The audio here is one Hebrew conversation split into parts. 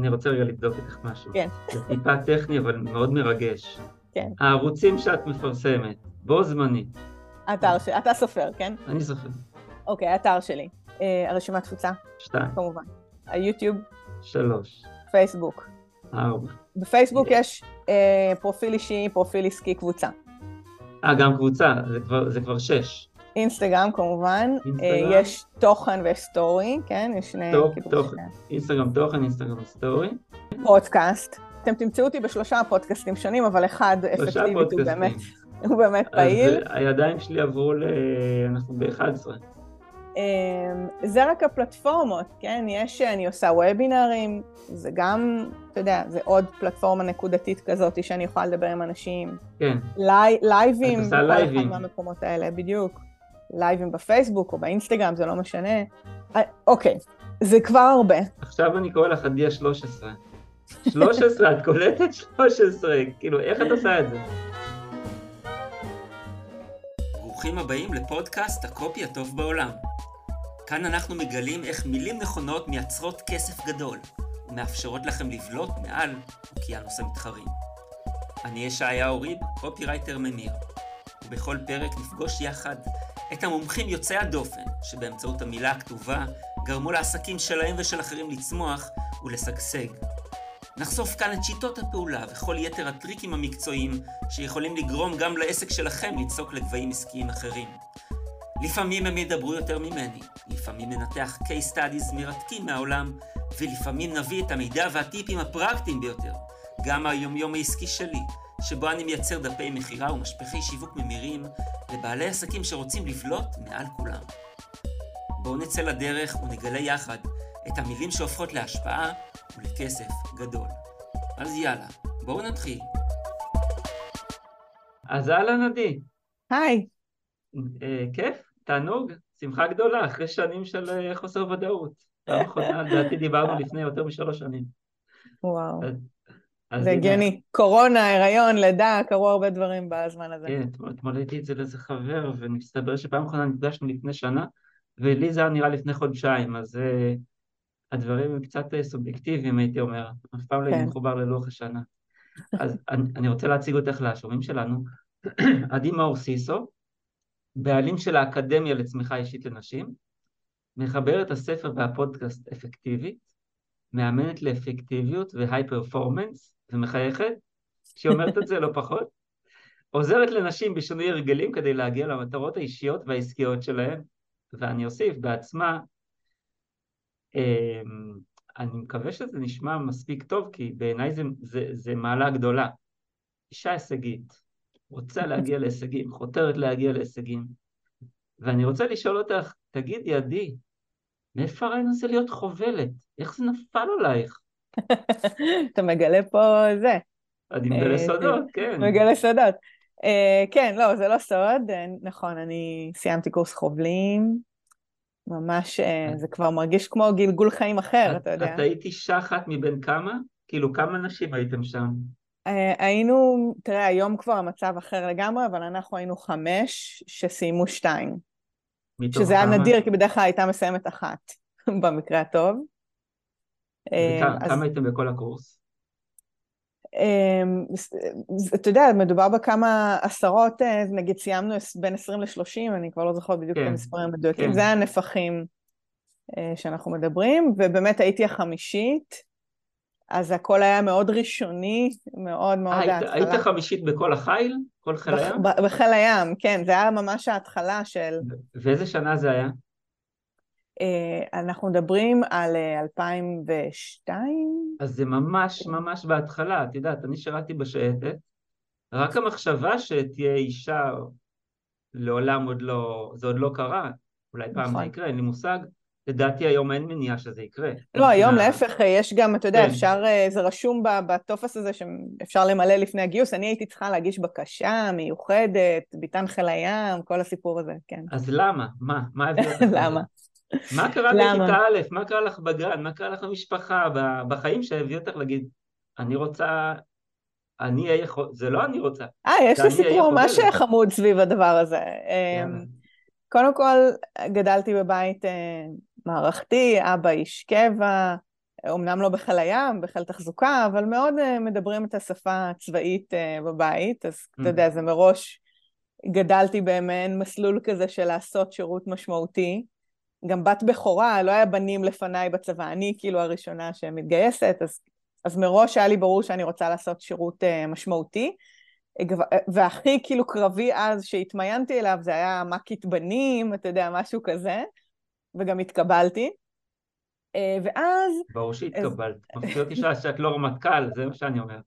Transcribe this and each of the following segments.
רוצה רגע לבדוק איתך משהו. כן. זה טיפה טכני, אבל מאוד מרגש. כן. הערוצים שאת מפרסמת, בו זמנית. אתה סופר, כן? אני זוכר. אוקיי, האתר שלי. הרשימת תפוצה. 2. כמובן. היוטיוב. 3. פייסבוק. 4. בפייסבוק יש פרופיל אישי, פרופיל עסקי, קבוצה. גם קבוצה, זה כבר 6. אינסטגרם כמובן, אינסטגרם. יש תוכן וסטורי, כן? יש שני... אינסטגרם תוכן, אינסטגרם סטורי. פודקאסט. אתם תמצאו אותי ב3 פודקאסטים שונים, אבל אחד אפקטיבית הוא באמת פעיל. אז הידיים שלי עברו אנחנו ב-11. זה רק הפלטפורמות, כן? אני עושה וובינרים, זה גם, אתה יודע, זה עוד פלטפורמה נקודתית כזאת שאני יכולה לדבר עם אנשים. כן. לייבים, את עושה לייבים. אחד מהמקומות האלה, בדיוק. לייבים בפייסבוק או באינסטגרם, זה לא משנה. אוקיי, זה כבר הרבה. עכשיו אני קורא לך עדי 13. 13, את קולטת 13, כאילו, איך את עושה את זה? ברוכים הבאים לפודקאסט הקופי הטוב בעולם. כאן אנחנו מגלים איך מילים נכונות מייצרות כסף גדול, ומאפשרות לכם לבלוט מעל אוקיינוס המתחרים. אני ישעיהו ריב, קופירייטר ממיר, ובכל פרק נפגוש יחד את המומחים יוצאי הדופן, שבאמצעות המילה הכתובה גרמו לעסקים שלהם ושל אחרים לצמוח ולשגשג. נחשוף כאן את שיטות הפעולה וכל יתר הטריקים המקצועיים שיכולים לגרום גם לעסק שלכם לצוק לגבהים עסקיים אחרים. לפעמים הם ידברו יותר ממני, לפעמים ננתח case studies מרתקים מהעולם, ולפעמים נביא את המידע והטיפים הפרקטיים ביותר, גם היומיום העסקי שלי, שבו אני מייצר דפי מחירה ומשפחי שיווק ממירים לבעלי עסקים שרוצים לבלוט מעל כולם. בואו נצא לדרך ונגלה יחד את המילים שהופכות להשפעה ולכסף גדול. אז יאללה, בואו נתחיל. אז אהלן עדי. היי. כיף, תענוג, שמחה גדולה, אחרי שנים של חוסר ודאות. פעם אחרונה, לדעתי דיברנו לפני יותר מ3 שנים. וואו. אז זה הגיוני. קורונה, הריון, לידה, קרו הרבה דברים בזמן הזה. כן, אתמול הייתי אצל איזה חבר, ומסתבר שפעם אחרונה נפגשנו לפני שנה, ולי זה נראה לפני חודשיים, אז הדברים הם קצת סובייקטיביים, הייתי אומר. אף פעם לא הייתי מחובר ללוח השנה. אז אני רוצה להציג אותך לשומעים שלנו. עדי מאור סיסו, בעלים של האקדמיה לצמיחה אישית לנשים, מחברת הספר והפודקאסט אפקטיבית, מאמנת לאפקטיביות והי פרפורמנס, ומחייכת, שהיא אומרת את זה לא פחות, עוזרת לנשים בשינוי הרגלים כדי להגיע למטרות האישיות והעסקיות שלהן, ואני אוסיף בעצמה, אני מקווה שזה נשמע מספיק טוב, כי בעיניי זה מעלה גדולה. אישה הישגית, רוצה להגיע להישגים, חותרת להגיע להישגים, ואני רוצה לשאול אותך, תגידי עדי, מאיפה הרעיון הזה להיות חובלת? איך זה נפל עלייך? אתה מגלה פה זה. אני מגלה סודות, כן. מגלה סודות. כן, לא, זה לא סוד. נכון, אני סיימתי קורס חובלים. ממש, זה כבר מרגיש כמו גלגול חיים אחר, אתה יודע. את היית אישה אחת מבין כמה? כאילו, כמה נשים הייתם שם? היינו, תראה, היום כבר המצב אחר לגמרי, אבל אנחנו היינו 5 שסיימו 2. שזה היה נדיר, כי בדרך כלל הייתה מסיימת 1, במקרה הטוב. כמה הייתם בכל הקורס? אתה יודע, מדובר בכמה עשרות, נגיד סיימנו בין 20 ל-30, אני כבר לא זוכרת בדיוק את המספרים המדויקים, זה הנפחים שאנחנו מדברים, ובאמת הייתי החמישית, אז הכל היה מאוד ראשוני, מאוד מאוד ההתחלה. היית החמישית בכל החיל? כל חיל הים? בחיל הים, כן, זה היה ממש ההתחלה של... ואיזה שנה זה היה? אנחנו מדברים על 2002. אז זה ממש ממש בהתחלה, את יודעת, אני שירתי בשייטת, רק המחשבה שתהיה אישה לעולם זה עוד לא קרה, אולי פעם זה יקרה, אין לי מושג, לדעתי היום אין מניעה שזה יקרה. לא, היום להפך, יש גם, אתה יודע, אפשר, זה רשום בטופס הזה שאפשר למלא לפני הגיוס, אני הייתי צריכה להגיש בקשה מיוחדת, ביטן חיל הים, כל הסיפור הזה, כן. אז למה? מה הביא אותך? למה? מה קרה בכיתה א', מה קרה לך בגן, מה קרה לך במשפחה, בחיים שהביא אותך להגיד, אני רוצה, אני אהיה יכול, זה לא אני רוצה. יש לי סיפור ממש חמוד סביב הדבר הזה. קודם כל, גדלתי בבית מערכתי, אבא איש קבע, אומנם לא בחיל הים, בחיל תחזוקה, אבל מאוד מדברים את השפה הצבאית בבית, אז אתה יודע, זה מראש גדלתי במעין מסלול כזה של לעשות שירות משמעותי. גם בת בכורה, לא היה בנים לפניי בצבא, אני כאילו הראשונה שמתגייסת, אז מראש היה לי ברור שאני רוצה לעשות שירות משמעותי, והכי כאילו קרבי אז שהתמיינתי אליו, זה היה מקית בנים, אתה יודע, משהו כזה, וגם התקבלתי. ואז... ברור שהתקבלת. מפתיע אותי שאת לא רמטכ"ל, זה מה שאני אומר.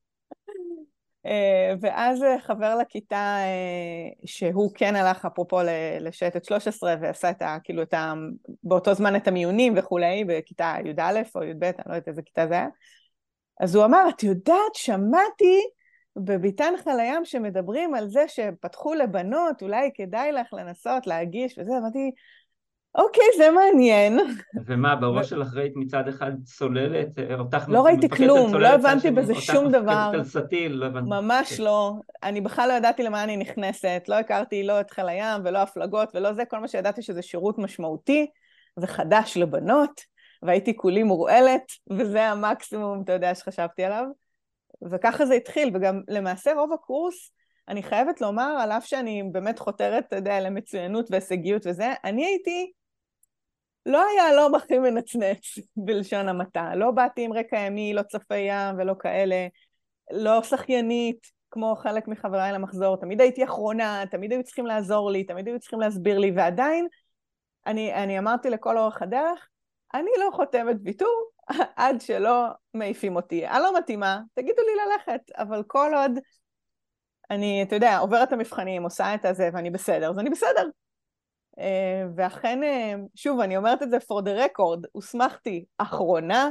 ואז חבר לכיתה שהוא כן הלך אפרופו לשייטת 13 ועשה את כאילו באותו זמן את המיונים וכולי, בכיתה י"א או י"ב, אני לא יודעת איזה כיתה זה היה. אז הוא אמר, את יודעת, שמעתי בביתן חיל הים שמדברים על זה שפתחו לבנות, אולי כדאי לך לנסות להגיש וזה, אמרתי, אוקיי, זה מעניין. ומה, בראש שלך ראית מצד אחד צוללת, אותך לא ראיתי כלום, לא הבנתי בזה שום דבר. אותך מפקדת על סטיל, לא הבנתי. ממש לא. אני בכלל לא ידעתי למה אני נכנסת, לא הכרתי לא את חיל הים ולא הפלגות ולא זה, כל מה שידעתי שזה שירות משמעותי וחדש לבנות, והייתי כולי מורעלת, וזה המקסימום, אתה יודע, שחשבתי עליו. וככה זה התחיל, וגם למעשה רוב הקורס, אני חייבת לומר, על אף שאני באמת חותרת, אתה יודע, למצוינות והישגיות וזה, אני הייתי... לא היה לא הכי מנצנץ בלשון המעטה, לא באתי עם רקע ימי, לא צפי ים ולא כאלה, לא שחיינית כמו חלק מחבריי למחזור, תמיד הייתי אחרונה, תמיד היו צריכים לעזור לי, תמיד היו צריכים להסביר לי, ועדיין אני אמרתי לכל אורך הדרך, אני לא חותמת ויתור עד שלא מעיפים אותי, אני לא מתאימה, תגידו לי ללכת, אבל כל עוד אני, אתה יודע, עוברת המבחנים, עושה את הזה ואני בסדר, אז אני בסדר. ואכן, שוב, אני אומרת את זה for the record, הוסמכתי אחרונה,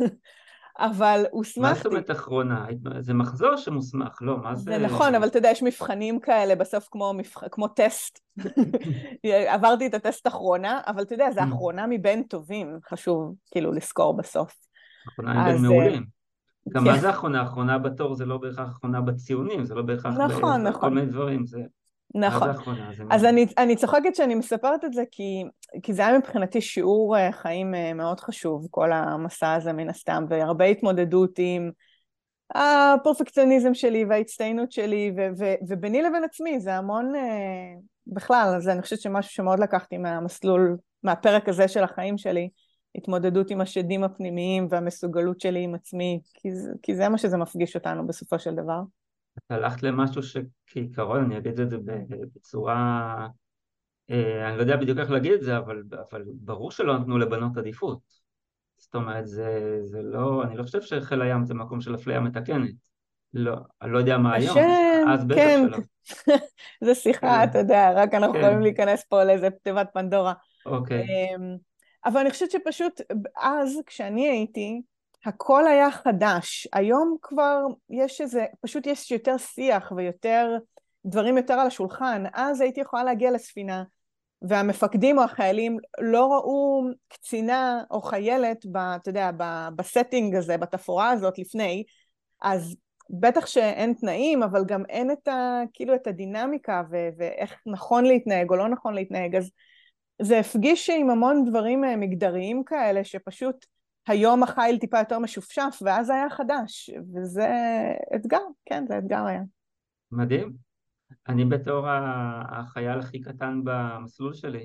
אבל הוסמכתי... מה זאת אומרת אחרונה? זה מחזור שמוסמך, לא? מה זה... זה נכון, אבל אתה יודע, יש מבחנים כאלה בסוף כמו טסט. עברתי את הטסט אחרונה, אבל אתה יודע, זה אחרונה מבין טובים, חשוב כאילו לזכור בסוף. אחרונה מבין מעולים. גם מה זה אחרונה? אחרונה בתור זה לא בהכרח אחרונה בציונים, זה לא בהכרח כל מיני דברים, זה... נכון, אז אני צוחקת שאני מספרת את זה כי זה היה מבחינתי שיעור חיים מאוד חשוב, כל המסע הזה מן הסתם, והרבה התמודדות עם הפרפקציוניזם שלי וההצטיינות שלי, וביני לבין עצמי, זה המון בכלל, אז אני חושבת שמשהו שמאוד לקחתי מהמסלול, מהפרק הזה של החיים שלי, התמודדות עם השדים הפנימיים והמסוגלות שלי עם עצמי, כי זה מה שזה מפגיש אותנו בסופו של דבר. את הלכת למשהו שכעיקרון, אני אגיד את זה בצורה, אני לא יודע בדיוק איך להגיד את זה, אבל ברור שלא נתנו לבנות עדיפות. זאת אומרת, זה לא, אני לא חושב שחיל הים זה מקום של אפליה מתקנת. לא, אני לא יודע מה היום, אז בטח שלא. זה שיחה, אתה יודע, רק אנחנו יכולים להיכנס פה לאיזה תיבת פנדורה. אוקיי. אבל אני חושבת שפשוט, אז כשאני הייתי, הכל היה חדש. היום כבר פשוט יש יותר שיח ויותר, דברים יותר על השולחן. אז הייתי יכולה להגיע לספינה, והמפקדים או החיילים לא ראו קצינה או חיילת, אתה יודע, בסטינג הזה, בתפורה הזאת לפני, אז בטח שאין תנאים, אבל גם אין כאילו את הדינמיקה, ואיך נכון להתנהג או לא נכון להתנהג, אז זה הפגיש עם המון דברים מגדריים כאלה, שפשוט היום החיל טיפה יותר משופשף, ואז היה חדש, וזה אתגר, כן, זה אתגר היה. מדהים. אני בתור החייל הכי קטן במסלול שלי,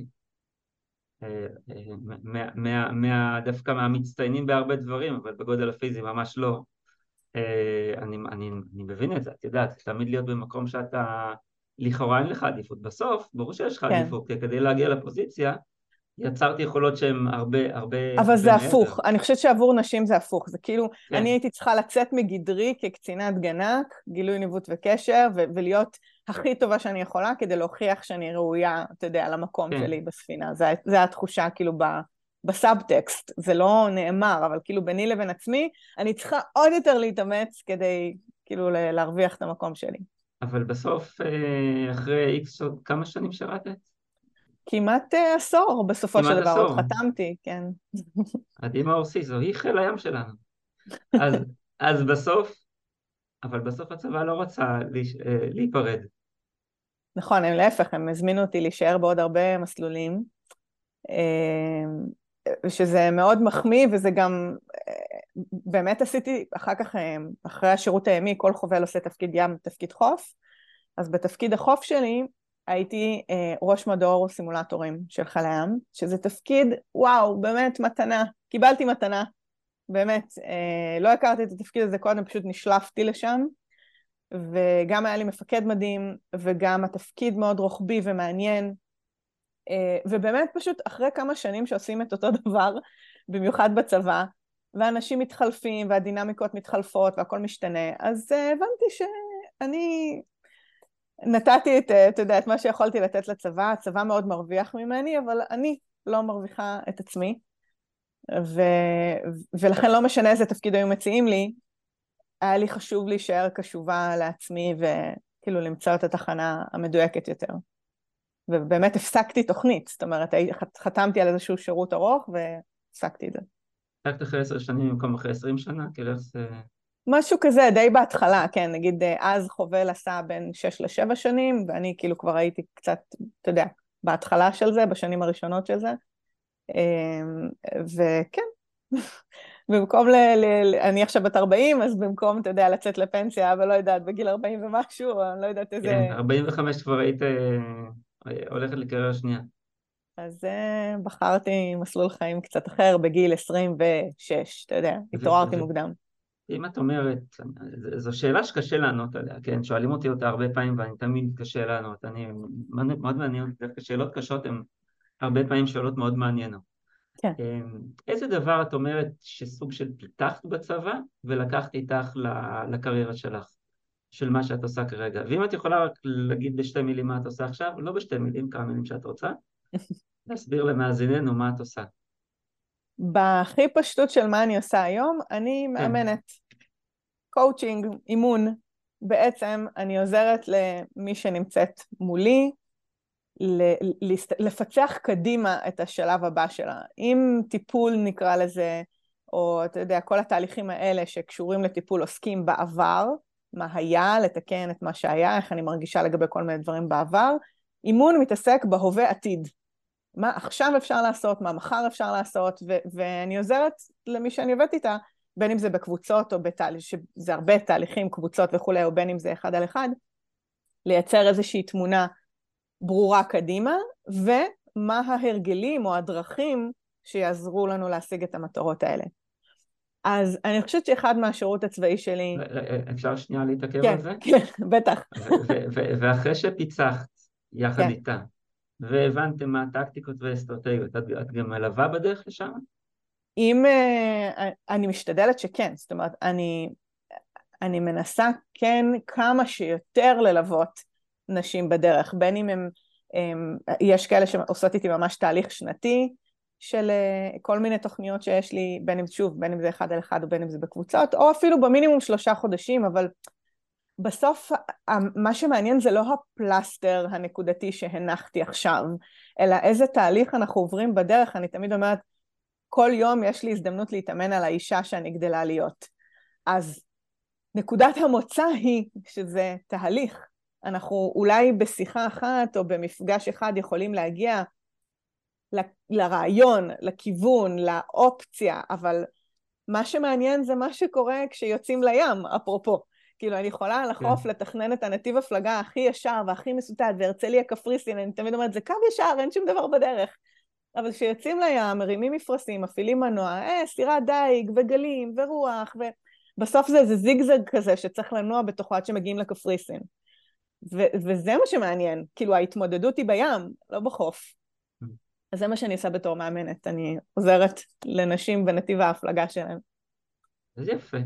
דווקא מהמצטיינים בהרבה דברים, אבל בגודל הפיזי ממש לא. אני מבין את זה, את יודעת, תמיד להיות במקום שאתה, לכאורה אין לך עדיפות. בסוף, ברור שיש לך עדיפות, כדי להגיע לפוזיציה, יצרתי יכולות שהן הרבה אבל זה הפוך, אני חושבת שעבור נשים זה הפוך, זה כאילו, אני הייתי צריכה לצאת מגדרי כקצינת גנק, גילוי ניווט וקשר, ולהיות הכי טובה שאני יכולה, כדי להוכיח שאני ראויה, אתה יודע, למקום שלי בספינה, זה התחושה כאילו בסאבטקסט, זה לא נאמר, אבל כאילו ביני לבין עצמי, אני צריכה עוד יותר להתאמץ, כדי כאילו להרוויח את המקום שלי. אבל בסוף, אחרי איקס, כמה שנים שרתת? כמעט עשור בסופו של דבר, עוד חתמתי, כן. עדימה אורסיזו, היא חיל הים שלנו. אז בסוף, אבל בסוף הצבא לא רצה להיפרד. נכון, הם להפך, הם הזמינו אותי להישאר בעוד הרבה מסלולים, שזה מאוד מחמיא, וזה גם באמת עשיתי אחר כך, אחרי השירות הימי, כל חובל עושה תפקיד ים, תפקיד חוף, אז בתפקיד החוף שלי הייתי ראש מדור סימולטורים של חיל הים, שזה תפקיד, וואו, באמת מתנה, קיבלתי מתנה, באמת, לא הכרתי את התפקיד הזה קודם, פשוט נשלפתי לשם, וגם היה לי מפקד מדהים, וגם התפקיד מאוד רוחבי ומעניין, ובאמת פשוט אחרי כמה שנים שעושים את אותו דבר, במיוחד בצבא, ואנשים מתחלפים, והדינמיקות מתחלפות, והכל משתנה, אז הבנתי שאני נתתי אתה יודע, את מה שיכולתי לתת לצבא, הצבא מאוד מרוויח ממני, אבל אני לא מרוויחה את עצמי, ולכן לא משנה איזה תפקיד היו מציעים לי, היה לי חשוב להישאר קשובה לעצמי, וכאילו למצוא את התחנה המדויקת יותר. ובאמת הפסקתי תוכנית, זאת אומרת, חתמתי על איזשהו שירות ארוך, והפסקתי את זה. הפסקת אחרי 10 שנים במקום אחרי 20 שנה? כאילו איך זה... משהו כזה, די בהתחלה, כן, נגיד אז חובל עשה בין 6 ל7 שנים, ואני כאילו כבר הייתי קצת, אתה יודע, בהתחלה של זה, בשנים הראשונות של זה, וכן, במקום, אני עכשיו בת 40, אז במקום, אתה יודע, לצאת לפנסיה, אבל לא יודעת, בגיל 40 ומשהו, אני לא יודעת איזה... כן, 45 כבר היית הולכת לקריירה שנייה. אז בחרתי מסלול חיים קצת אחר, בגיל 26, אתה יודע, התעוררתי מוקדם. אם את אומרת, זו שאלה שקשה לענות עליה, כן? שואלים אותי אותה הרבה פעמים ואני תמיד קשה לענות. אני מאוד מעניין, דווקא שאלות קשות הן הרבה פעמים שאלות מאוד מעניינות. כן. איזה דבר את אומרת שסוג של פיתחת בצבא ולקחת איתך לקריירה שלך, של מה שאת עושה כרגע? ואם את יכולה רק להגיד בשתי מילים מה את עושה עכשיו, לא בשתי מילים, כמה מילים שאת רוצה, להסביר למאזיננו מה את עושה. בהכי פשטות של מה אני עושה היום, אני מאמנת. קואוצ'ינג, אימון. בעצם אני עוזרת למי שנמצאת מולי, לפצח קדימה את השלב הבא שלה. אם טיפול נקרא לזה, או אתה יודע, כל התהליכים האלה שקשורים לטיפול עוסקים בעבר, מה היה, לתקן את מה שהיה, איך אני מרגישה לגבי כל מיני דברים בעבר, אימון מתעסק בהווה עתיד. מה עכשיו אפשר לעשות, מה מחר אפשר לעשות, ואני עוזרת למי שאני עובדת איתה, בין אם זה בקבוצות או שזה הרבה תהליכים, קבוצות וכולי, או בין אם זה אחד על אחד, לייצר איזושהי תמונה ברורה קדימה, ומה ההרגלים או הדרכים שיעזרו לנו להשיג את המטרות האלה. אז אני חושבת שאחד מהשירות הצבאי שלי... אפשר שנייה להתעכב על זה? כן, בטח. ואחרי שפיצחת יחד איתה, והבנתם מה הטקטיקות והאסטרטגיות, את גם מלווה בדרך לשם? אני משתדלת שכן, זאת אומרת, אני מנסה כן כמה שיותר ללוות נשים בדרך, בין אם יש כאלה שעושות איתי ממש תהליך שנתי, של כל מיני תוכניות שיש לי, בין אם זה אחד על אחד או בין אם זה בקבוצות, או אפילו במינימום 3 חודשים, אבל בסוף מה שמעניין זה לא הפלסטר הנקודתי שהנחתי עכשיו, אלא איזה תהליך אנחנו עוברים בדרך. אני תמיד אומרת, כל יום יש לי הזדמנות להתאמן על האישה שאני גדלה להיות. אז נקודת המוצא היא שזה תהליך. אנחנו אולי בשיחה אחת או במפגש אחד יכולים להגיע לרעיון, לכיוון, לאופציה, אבל מה שמעניין זה מה שקורה כשיוצאים לים, אפרופו. כאילו אני יכולה לחוף, לתכנן את הנתיב הפלגה הכי ישר והכי מסוטט, והרצליה קפריסין, אני תמיד אומרת, זה קו ישר, אין שום דבר בדרך. אבל כשיוצאים לים, מרימים מפרשים, מפעילים מנוע, סירת דייג וגלים ורוח, ובסוף זה איזה זיגזג כזה שצריך לנוע בתוכו עד שמגיעים לקפריסין. וזה מה שמעניין, כאילו ההתמודדות היא בים, לא בחוף. אז זה מה שאני עושה בתור מאמנת, אני עוזרת לנשים בנתיב ההפלגה שלהם. זה יפה.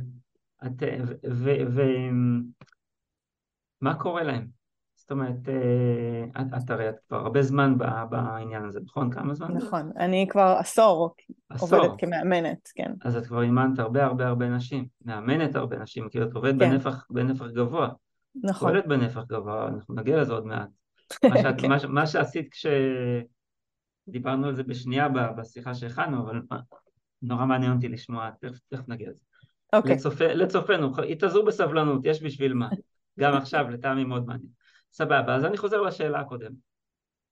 מה קורה להם? זאת אומרת, את הרי כבר הרבה זמן בעניין הזה, נכון? כמה זמן? נכון, אני כבר עשור עובדת כמאמנת, כן. אז את כבר אימנת הרבה נשים, מאמנת הרבה נשים, כאילו את עובדת בנפח גבוה. נכון. עובדת בנפח גבוה, אנחנו נגיע לזה עוד מעט. מה שעשית דיברנו על זה בשנייה בשיחה שהכנו, אבל נורא מעניין אותי לשמוע, תכף נגיע לזה. לצופנו, התאזרו בסבלנות, יש בשביל מה. גם עכשיו, לטעמי מאוד מעניין. סבבה, אז אני חוזר לשאלה הקודמת.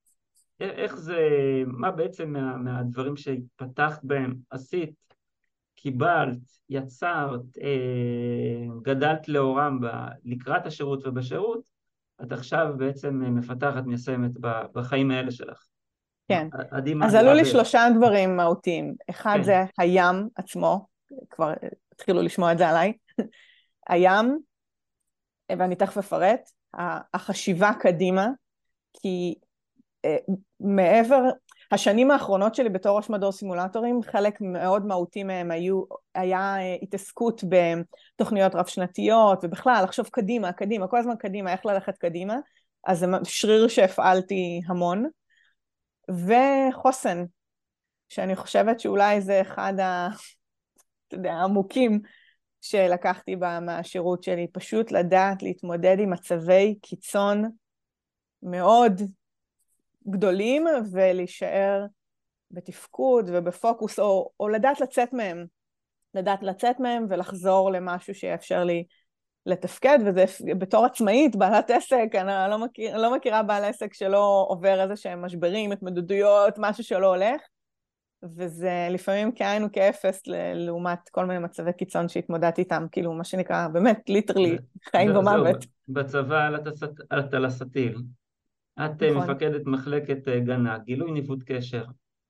איך זה, מה בעצם מהדברים שהתפתחת בהם עשית, קיבלת, יצרת, גדלת לאורם לקראת השירות ובשירות, את עכשיו בעצם מפתחת, מיישמת בחיים האלה שלך. כן. עדי אז עלו לי מעביר. 3 דברים מהותיים. אחד כן. זה הים עצמו, כבר התחילו לשמוע את זה עליי. הים, ואני תכף אפרט, החשיבה קדימה, כי מעבר, השנים האחרונות שלי בתור ראש מדור סימולטורים, חלק מאוד מהותי מהם היה התעסקות בתוכניות רב שנתיות, ובכלל לחשוב קדימה, קדימה, כל הזמן קדימה, איך ללכת קדימה, אז זה שריר שהפעלתי המון, וחוסן, שאני חושבת שאולי זה אחד העמוקים שלקחתי מהשירות שלי, פשוט לדעת להתמודד עם מצבי קיצון מאוד גדולים, ולהישאר בתפקוד ובפוקוס, או לדעת לצאת מהם ולחזור למשהו שיאפשר לי לתפקד, וזה בתור עצמאית, בעלת עסק, אני לא מכירה בעל עסק שלא עובר איזה שהם משברים, התמודדויות, משהו שלא הולך, וזה לפעמים כאין וכאפס לעומת כל מיני מצבי קיצון שהתמודדתי איתם, כאילו מה שנקרא, באמת, ליטרלי, חיים ומוות. בצבא את על הסטיל, את מפקדת מחלקת גנה, גילוי ניווט קשר.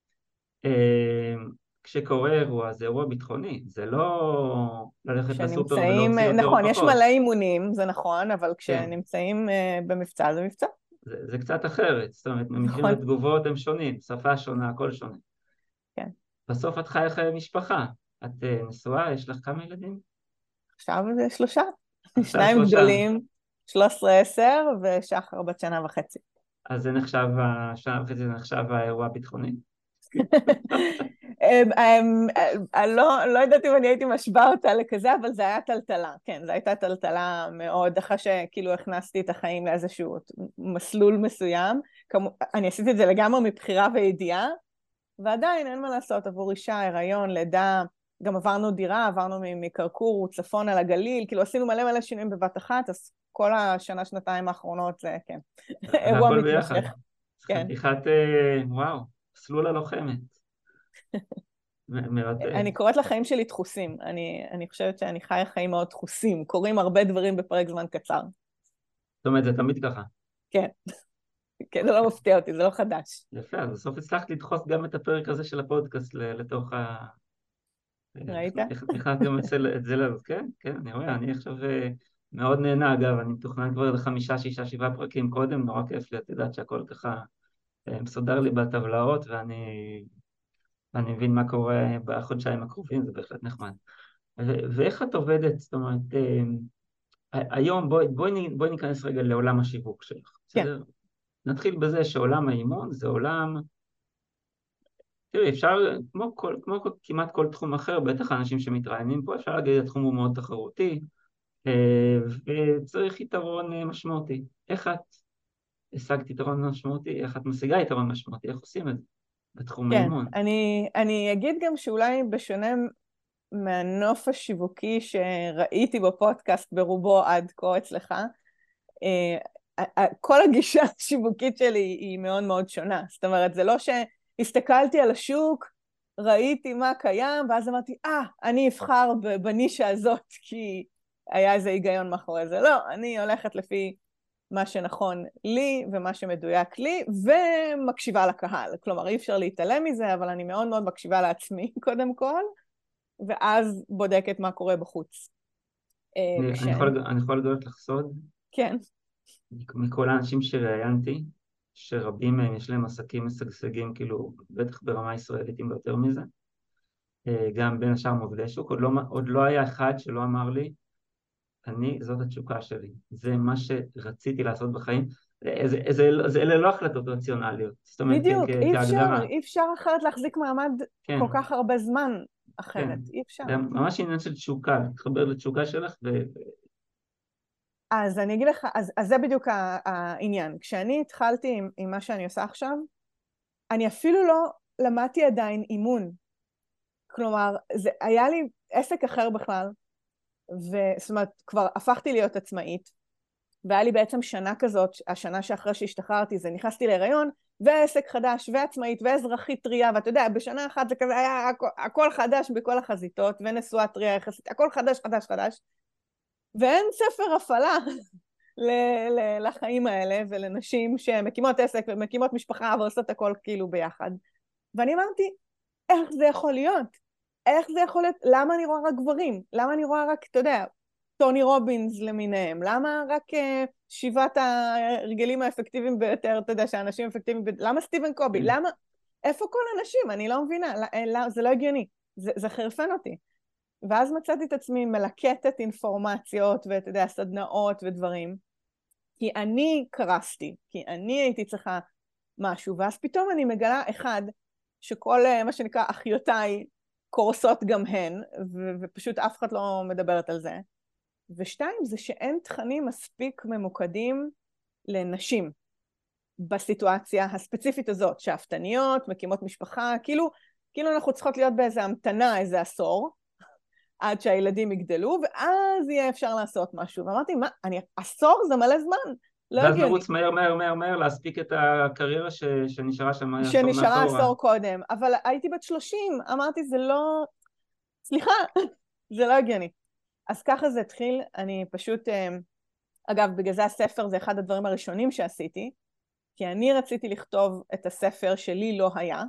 כשקורה אירוע, זה אירוע ביטחוני, זה לא ללכת לסופר ולהוציא יותר או פחות. נכון, יש מלא אימונים, זה נכון, אבל כשנמצאים במבצע, זה מבצע. זה קצת אחרת, זאת אומרת, ממקרים ותגובות הם שונים, שפה שונה, הכל שונה. כן. בסוף את חיה חיי משפחה. את נשואה, יש לך כמה ילדים? עכשיו זה 3. 2 גדולים, 13-10, ושחר בת 1.5 שנה. אז זה נחשב, 1.5 שנה זה נחשב האירוע הביטחוני? לא יודעת אם אני הייתי משווה אותה לכזה, אבל זה היה טלטלה, כן, זו הייתה טלטלה מאוד, אחרי שכאילו הכנסתי את החיים לאיזשהו מסלול מסוים, אני עשיתי את זה לגמרי מבחירה וידיעה, ועדיין אין מה לעשות עבור אישה, הריון, לידה, גם עברנו דירה, עברנו מקרקור, צפון על הגליל, כאילו עשינו מלא שינויים בבת אחת, אז כל השנה-שנתיים האחרונות זה, כן, אירוע מתמשך. חתיכת, וואו, מסלול הלוחמת. אני קוראת לחיים שלי דחוסים, אני חושבת שאני חיה חיים מאוד דחוסים, קוראים הרבה דברים בפרק זמן קצר. זאת אומרת, זה תמיד ככה. כן. כן, זה לא מפתיע אותי, זה לא חדש. יפה, אז בסוף הצלחת לדחוס גם את הפרק הזה של הפודקאסט לתוך ראית? נכנס גם את זה לזה, כן, כן, אני רואה, אני עכשיו מאוד נהנה, אגב, אני מתוכנן כבר 5, 6, 7 פרקים קודם, נורא כיף לי, את יודעת שהכל ככה מסודר לי בטבלאות, ואני מבין מה קורה בחודשיים הקרובים, זה בהחלט נחמד. ואיך את עובדת, זאת אומרת, היום בואי ניכנס רגע לעולם השיווק שלך, בסדר? נתחיל בזה שעולם האימון זה עולם, תראי, אפשר, כמו כמעט כל תחום אחר, בטח האנשים שמתראיינים פה, אפשר להגיד, התחום הוא מאוד תחרותי, וצריך יתרון משמעותי. איך את השגת יתרון משמעותי? איך את משיגה יתרון משמעותי? איך עושים את זה בתחום האימון? כן, אני אגיד גם שאולי בשונה מהנוף השיווקי שראיתי בפודקאסט ברובו עד כה אצלך, כל הגישה השיווקית שלי היא מאוד מאוד שונה. זאת אומרת, זה לא שהסתכלתי על השוק, ראיתי מה קיים, ואז אמרתי, אני אבחר בנישה הזאת, כי היה איזה היגיון מאחורי זה. לא, אני הולכת לפי מה שנכון לי, ומה שמדויק לי, ומקשיבה לקהל. כלומר, אי אפשר להתעלם מזה, אבל אני מאוד מאוד מקשיבה לעצמי, קודם כל, ואז בודקת מה קורה בחוץ. אני יכול לגלות לך סוד? כן. מכל האנשים שראיינתי, שרבים מהם יש להם עסקים משגשגים, כאילו, בטח ברמה ישראלית, אם לא יותר מזה, גם בין השאר מובילי שוק, עוד לא היה אחד שלא אמר לי, זאת התשוקה שלי, זה מה שרציתי לעשות בחיים, אלה לא החלטות רציונליות. בדיוק, אי אפשר אחרת להחזיק מעמד כל כך הרבה זמן אחרת, אי אפשר. זה ממש עניין של תשוקה, להתחבר לתשוקה שלך אז אני אגיד לך, אז זה בדיוק העניין. כשאני התחלתי עם מה שאני עושה עכשיו, אני אפילו לא למדתי עדיין אימון. כלומר, זה היה לי עסק אחר בכלל, זאת אומרת, כבר הפכתי להיות עצמאית, והיה לי בעצם שנה כזאת, השנה שאחרי שהשתחררתי, זה נכנסתי להיריון, ועסק חדש, ועצמאית, ואזרחית טריה, ואתה יודע, בשנה אחת זה כזה היה הכל חדש בכל החזיתות, ונשואה טריה יחסית, הכל חדש, חדש, חדש, ואין ספר הפעלה לחיים האלה, ולנשים שמקימות עסק, ומקימות משפחה, ועושות הכל כאילו ביחד. ואני אמרתי, איך זה יכול להיות? איך זה יכול להיות? למה אני רואה רק גברים? למה אני רואה רק, אתה יודע, טוני רובינס למיניהם? למה רק 7 הרגלים האפקטיביים ביותר, אתה יודע, שהאנשים אפקטיביים, למה סטיבן קובי? למה? איפה כל האנשים? אני לא מבינה, זה לא הגיוני, זה חרפן אותי. ואז מצאתי את עצמי מלקטת אינפורמציות, ואתה יודע, סדנאות ודברים, כי אני קרסתי, כי אני הייתי צריכה משהו, ואז פתאום אני מגלה אחד, שכל מה שנקרא אחיותיי קורסות גם הן, ופשוט אף אחד לא מדברת על זה. ושתיים, זה שאין תכנים מספיק ממוקדים לנשים בסיטואציה הספציפית הזאת, שאפתניות, מקימות משפחה, כאילו אנחנו צריכות להיות באיזה המתנה, איזה עשור, עד שהילדים יגדלו, ואז יהיה אפשר לעשות משהו. ואמרתי, מה, עשור זה מלא זמן, לא ואז הגיוני. נרוץ מהר, להספיק את הקריירה שנשארה שם שנשארה עשור קודם, אבל הייתי בת 30, אמרתי, זה לא, סליחה, זה לא הגיוני. אז ככה זה התחיל, אני פשוט, אגב, בגלל זה הספר זה אחד הדברים הראשונים שעשיתי, כי אני רציתי לכתוב את הספר שלי לא היה,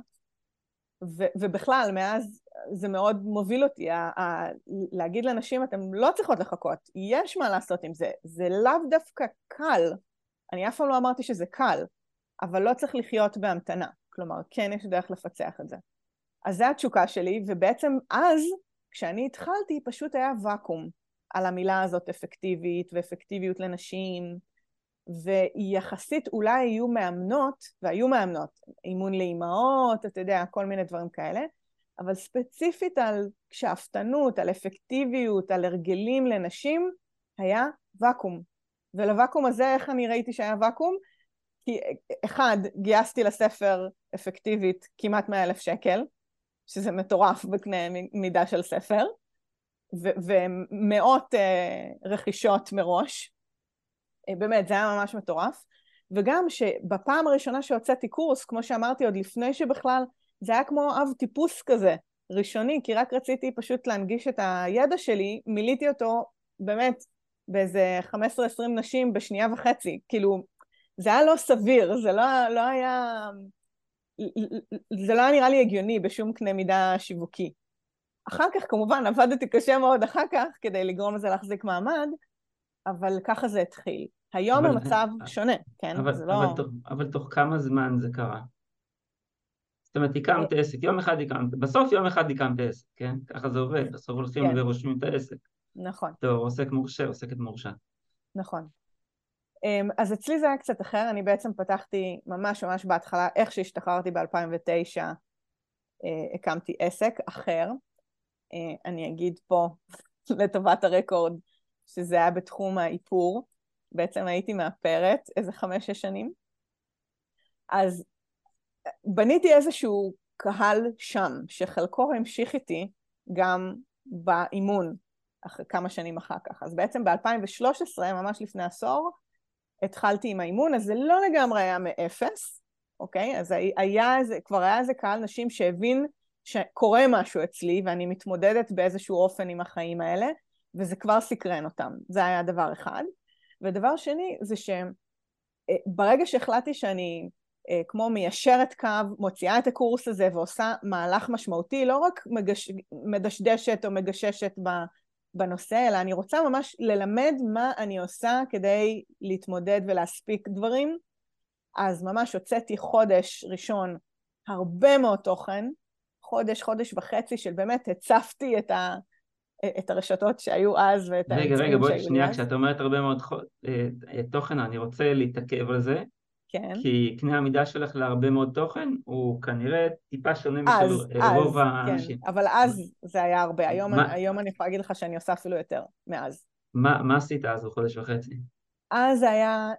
ובכלל, מאז זה מאוד מוביל אותי, להגיד לאנשים, אתם לא צריכות לחכות, יש מה לעשות עם זה, זה לאו דווקא קל, אני אף פעם לא אמרתי שזה קל, אבל לא צריך לחיות בהמתנה, כלומר, כן יש דרך לפצח את זה. אז זה התשוקה שלי, ובעצם אז, כשאני התחלתי, פשוט היה ואקום על המילה הזאת אפקטיבית, ואפקטיביות לנשים, ויחסית אולי יהיו מאמנות, והיו מאמנות, אימון לאימהות, אתה יודע, כל מיני דברים כאלה, אבל ספציפית על שאפתנות, על אפקטיביות, על הרגלים לנשים, היה ואקום. ולוואקום הזה, איך אני ראיתי שהיה ואקום? כי אחד, גייסתי לספר אפקטיבית כמעט 100,000 שקל, שזה מטורף בקנה מידה של ספר, ומאות רכישות מראש, באמת, זה היה ממש מטורף, וגם שבפעם הראשונה שהוצאתי קורס, כמו שאמרתי עוד לפני שבכלל, זה היה כמו אב טיפוס כזה, ראשוני, כי רק רציתי פשוט להנגיש את הידע שלי, מיליתי אותו באמת באיזה 15-20 נשים בשנייה וחצי, כאילו, זה היה לא סביר, זה לא היה... זה לא היה נראה לי הגיוני בשום קנה מידה שיווקי. אחר כך כמובן עבדתי קשה מאוד אחר כך כדי לגרום לזה להחזיק מעמד, אבל ככה זה התחיל. היום המצב שונה, כן? אבל תוך כמה זמן זה קרה? זאת אומרת, הקמת עסק, בסוף יום אחד הקמת עסק, כן? ככה זה עובד, בסוף הולכים ורושמים את העסק. נכון. טוב, עוסק מורשה, עוסקת מורשה. נכון. אז אצלי זה היה קצת אחר, אני בעצם פתחתי ממש בהתחלה, איך שהשתחררתי ב-2009, הקמתי עסק אחר, אני אגיד פה לטובת הרקורד, שזה היה בתחום האיפור, בעצם הייתי מאפרת איזה 5-6 שנים, אז בניתי איזשהו קהל שם, שחלקו המשיך איתי גם באימון, כמה שנים אחר כך, אז בעצם ב-2013, ממש לפני עשור, התחלתי עם האימון, אז זה לא לגמרי היה מאפס, אוקיי? אז כבר היה איזה קהל נשים שהבין שקורה משהו אצלי, ואני מתמודדת באיזשהו אופן עם החיים האלה, וזה כבר סקרן אותם. זה היה דבר אחד. ודבר שני, זה שברגע שהחלטתי שאני כמו מיישרת קו, מוציאה את הקורס הזה, ועושה מהלך משמעותי, לא רק מדשדשת או מגששת בנושא, אלא אני רוצה ממש ללמד מה אני עושה כדי להתמודד ולהספיק דברים. אז ממש הוצאתי חודש ראשון הרבה מאוד תוכן, חודש וחצי של באמת הצפתי את הרשתות שהיו אז ואת העצבים שהיו לי אז. רגע, בואי שנייה, כשאת אומרת הרבה מאוד תוכן, אני רוצה להתעכב על זה, כן. כי קנה המידה שלך להרבה מאוד תוכן, הוא כנראה טיפה שונה משל רוב האנשים. כן, אבל אז זה היה הרבה, היום אני יכולה להגיד לך שאני עושה אפילו יותר מאז. מה עשית אז בחודש וחצי? אז היה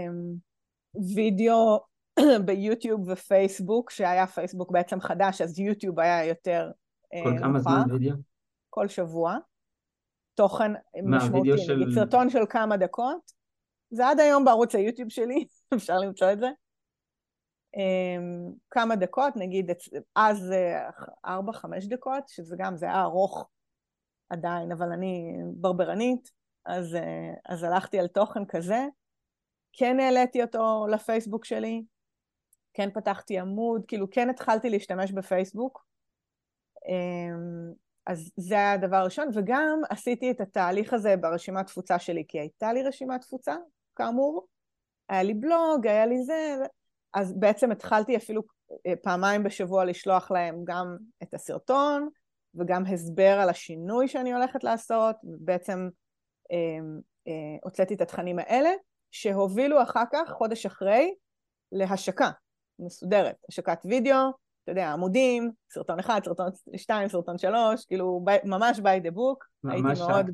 וידאו ביוטיוב ופייסבוק, שהיה פייסבוק בעצם חדש, אז יוטיוב היה יותר כל כמה זמן וידאו? כל שבוע. תוכן משמעותי, סרטון של כמה דקות, זה עד היום בערוץ היוטיוב שלי, אפשר למצוא את זה. כמה דקות, נגיד, אז 4-5 דקות, שזה גם, זה היה ארוך עדיין, אבל אני ברברנית, אז הלכתי על תוכן כזה, כן העליתי אותו לפייסבוק שלי, כן פתחתי עמוד, כאילו כן התחלתי להשתמש בפייסבוק, אז זה היה הדבר הראשון, וגם עשיתי את התהליך הזה ברשימת תפוצה שלי, כי הייתה לי רשימת תפוצה, כאמור, היה לי בלוג, היה לי זה, אז בעצם התחלתי אפילו פעמיים בשבוע לשלוח להם גם את הסרטון, וגם הסבר על השינוי שאני הולכת לעשות, ובעצם הוצאתי את התכנים האלה, שהובילו אחר כך, חודש אחרי, להשקה מסודרת, השקת וידאו, אתה יודע, עמודים, סרטון 1, סרטון 2, סרטון 3, כאילו ממש by the book, הייתי מאוד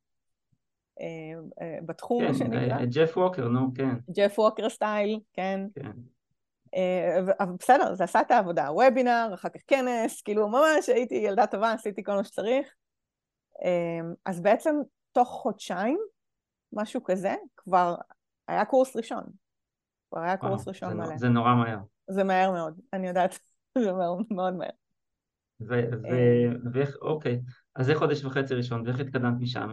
בתחום, מה שנקרא. כן, ג'ף ווקר, נו, כן. ג'ף ווקר סטייל, כן. אבל בסדר, זה עשה את העבודה, וובינר, אחר כך כנס, כאילו ממש הייתי ילדה טובה, עשיתי כל מה שצריך. אז בעצם תוך חודשיים, משהו כזה, כבר היה קורס ראשון. כבר היה קורס ראשון מלא. זה נורא מהר. זה מהר מאוד, אני יודעת, זה מאוד מהר. אוקיי, אז זה חודש וחצי ראשון, ואיך התקדמת משם?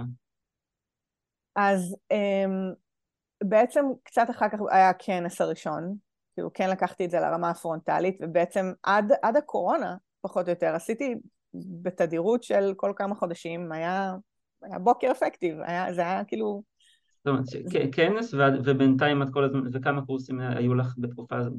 אז בעצם קצת אחר כך היה הכנס הראשון, כאילו כן לקחתי את זה לרמה הפרונטלית, ובעצם עד הקורונה, פחות או יותר, עשיתי בתדירות של כל כמה חודשים, היה בוקר אפקטיב, זה היה כאילו... זאת אומרת, כנס, ובינתיים את כל הזמן, וכמה קורסים היו לך בתקופה הזאת?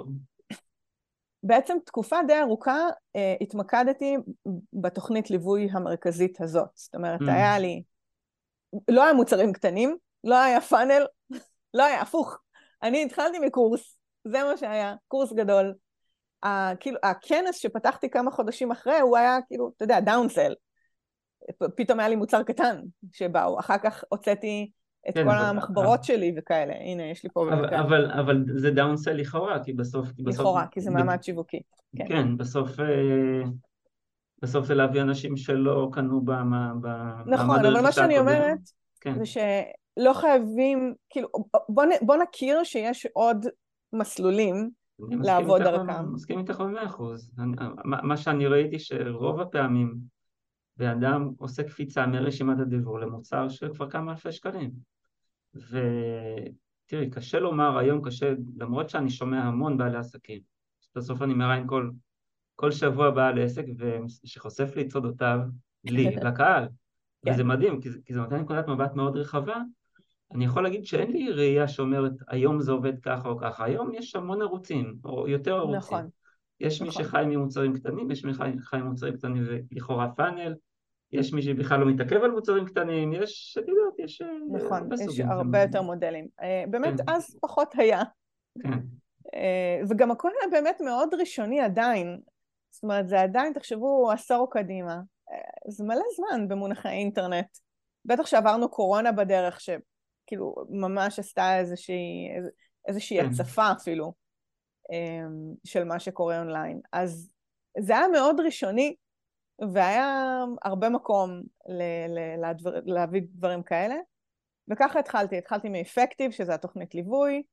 בעצם תקופה די ארוכה התמקדתי בתוכנית ליווי המרכזית הזאת, זאת אומרת, היה לי, לא היה מוצרים קטנים, לא היה פאנל, לא היה הפוך, אני התחלתי מקורס, זה מה שהיה, קורס גדול, כאילו, הכנס שפתחתי כמה חודשים אחרי, הוא היה כאילו, אתה יודע, דאונסל, פתאום היה לי מוצר קטן שבאו, אחר כך הוצאתי את כל המחברות שלי וכאלה, הנה, יש לי פה... אבל זה דאונסל לכאורה, כי בסוף... לכאורה, כי זה מעמד שיווקי. כן, בסוף זה להביא אנשים שלא קנו נכון, אבל מה שאני אומרת, זה שלא חייבים, כאילו, בוא נכיר שיש עוד מסלולים לעבוד דרכם. אני מסכים איתך ב100%. מה שאני ראיתי שרוב הפעמים, באדם עושה קפיצה מרשימת הדיוור למוצר של כבר כמה אלפי שקלים. ותראי, קשה לומר היום, קשה, למרות שאני שומע המון בעלי עסקים. בסוף אני מראיין כל שבוע בעל עסק, שחושף לי את סודותיו, לקהל. וזה מדהים, כי זה נותן נקודת מבט מאוד רחבה. אני יכול להגיד שאין לי ראייה שאומרת, היום זה עובד ככה או ככה. היום יש המון ערוצים, או יותר ערוצים. נכון. יש מי שחי ממוצרים קטנים, יש מי שחי ממוצרים קטנים ולכאורה פאנל, יש מי שבכלל לא מתעכב על מוצרים קטנים, יש, את יודעת, יש... נכון, יש הרבה יותר מודלים. באמת, אז פחות היה. כן. וגם הכל היה באמת מאוד ראשוני עדיין. זאת אומרת, זה עדיין, תחשבו, עשור קדימה. זה מלא זמן במונחי אינטרנט. בטח שעברנו קורונה בדרך, שכאילו ממש עשתה איזושהי הצפה אפילו, של מה שקורה אונליין. אז זה היה מאוד ראשוני, והיה הרבה מקום להביא דברים כאלה, וככה התחלתי מאפקטיב, שזה התוכנית ליווי,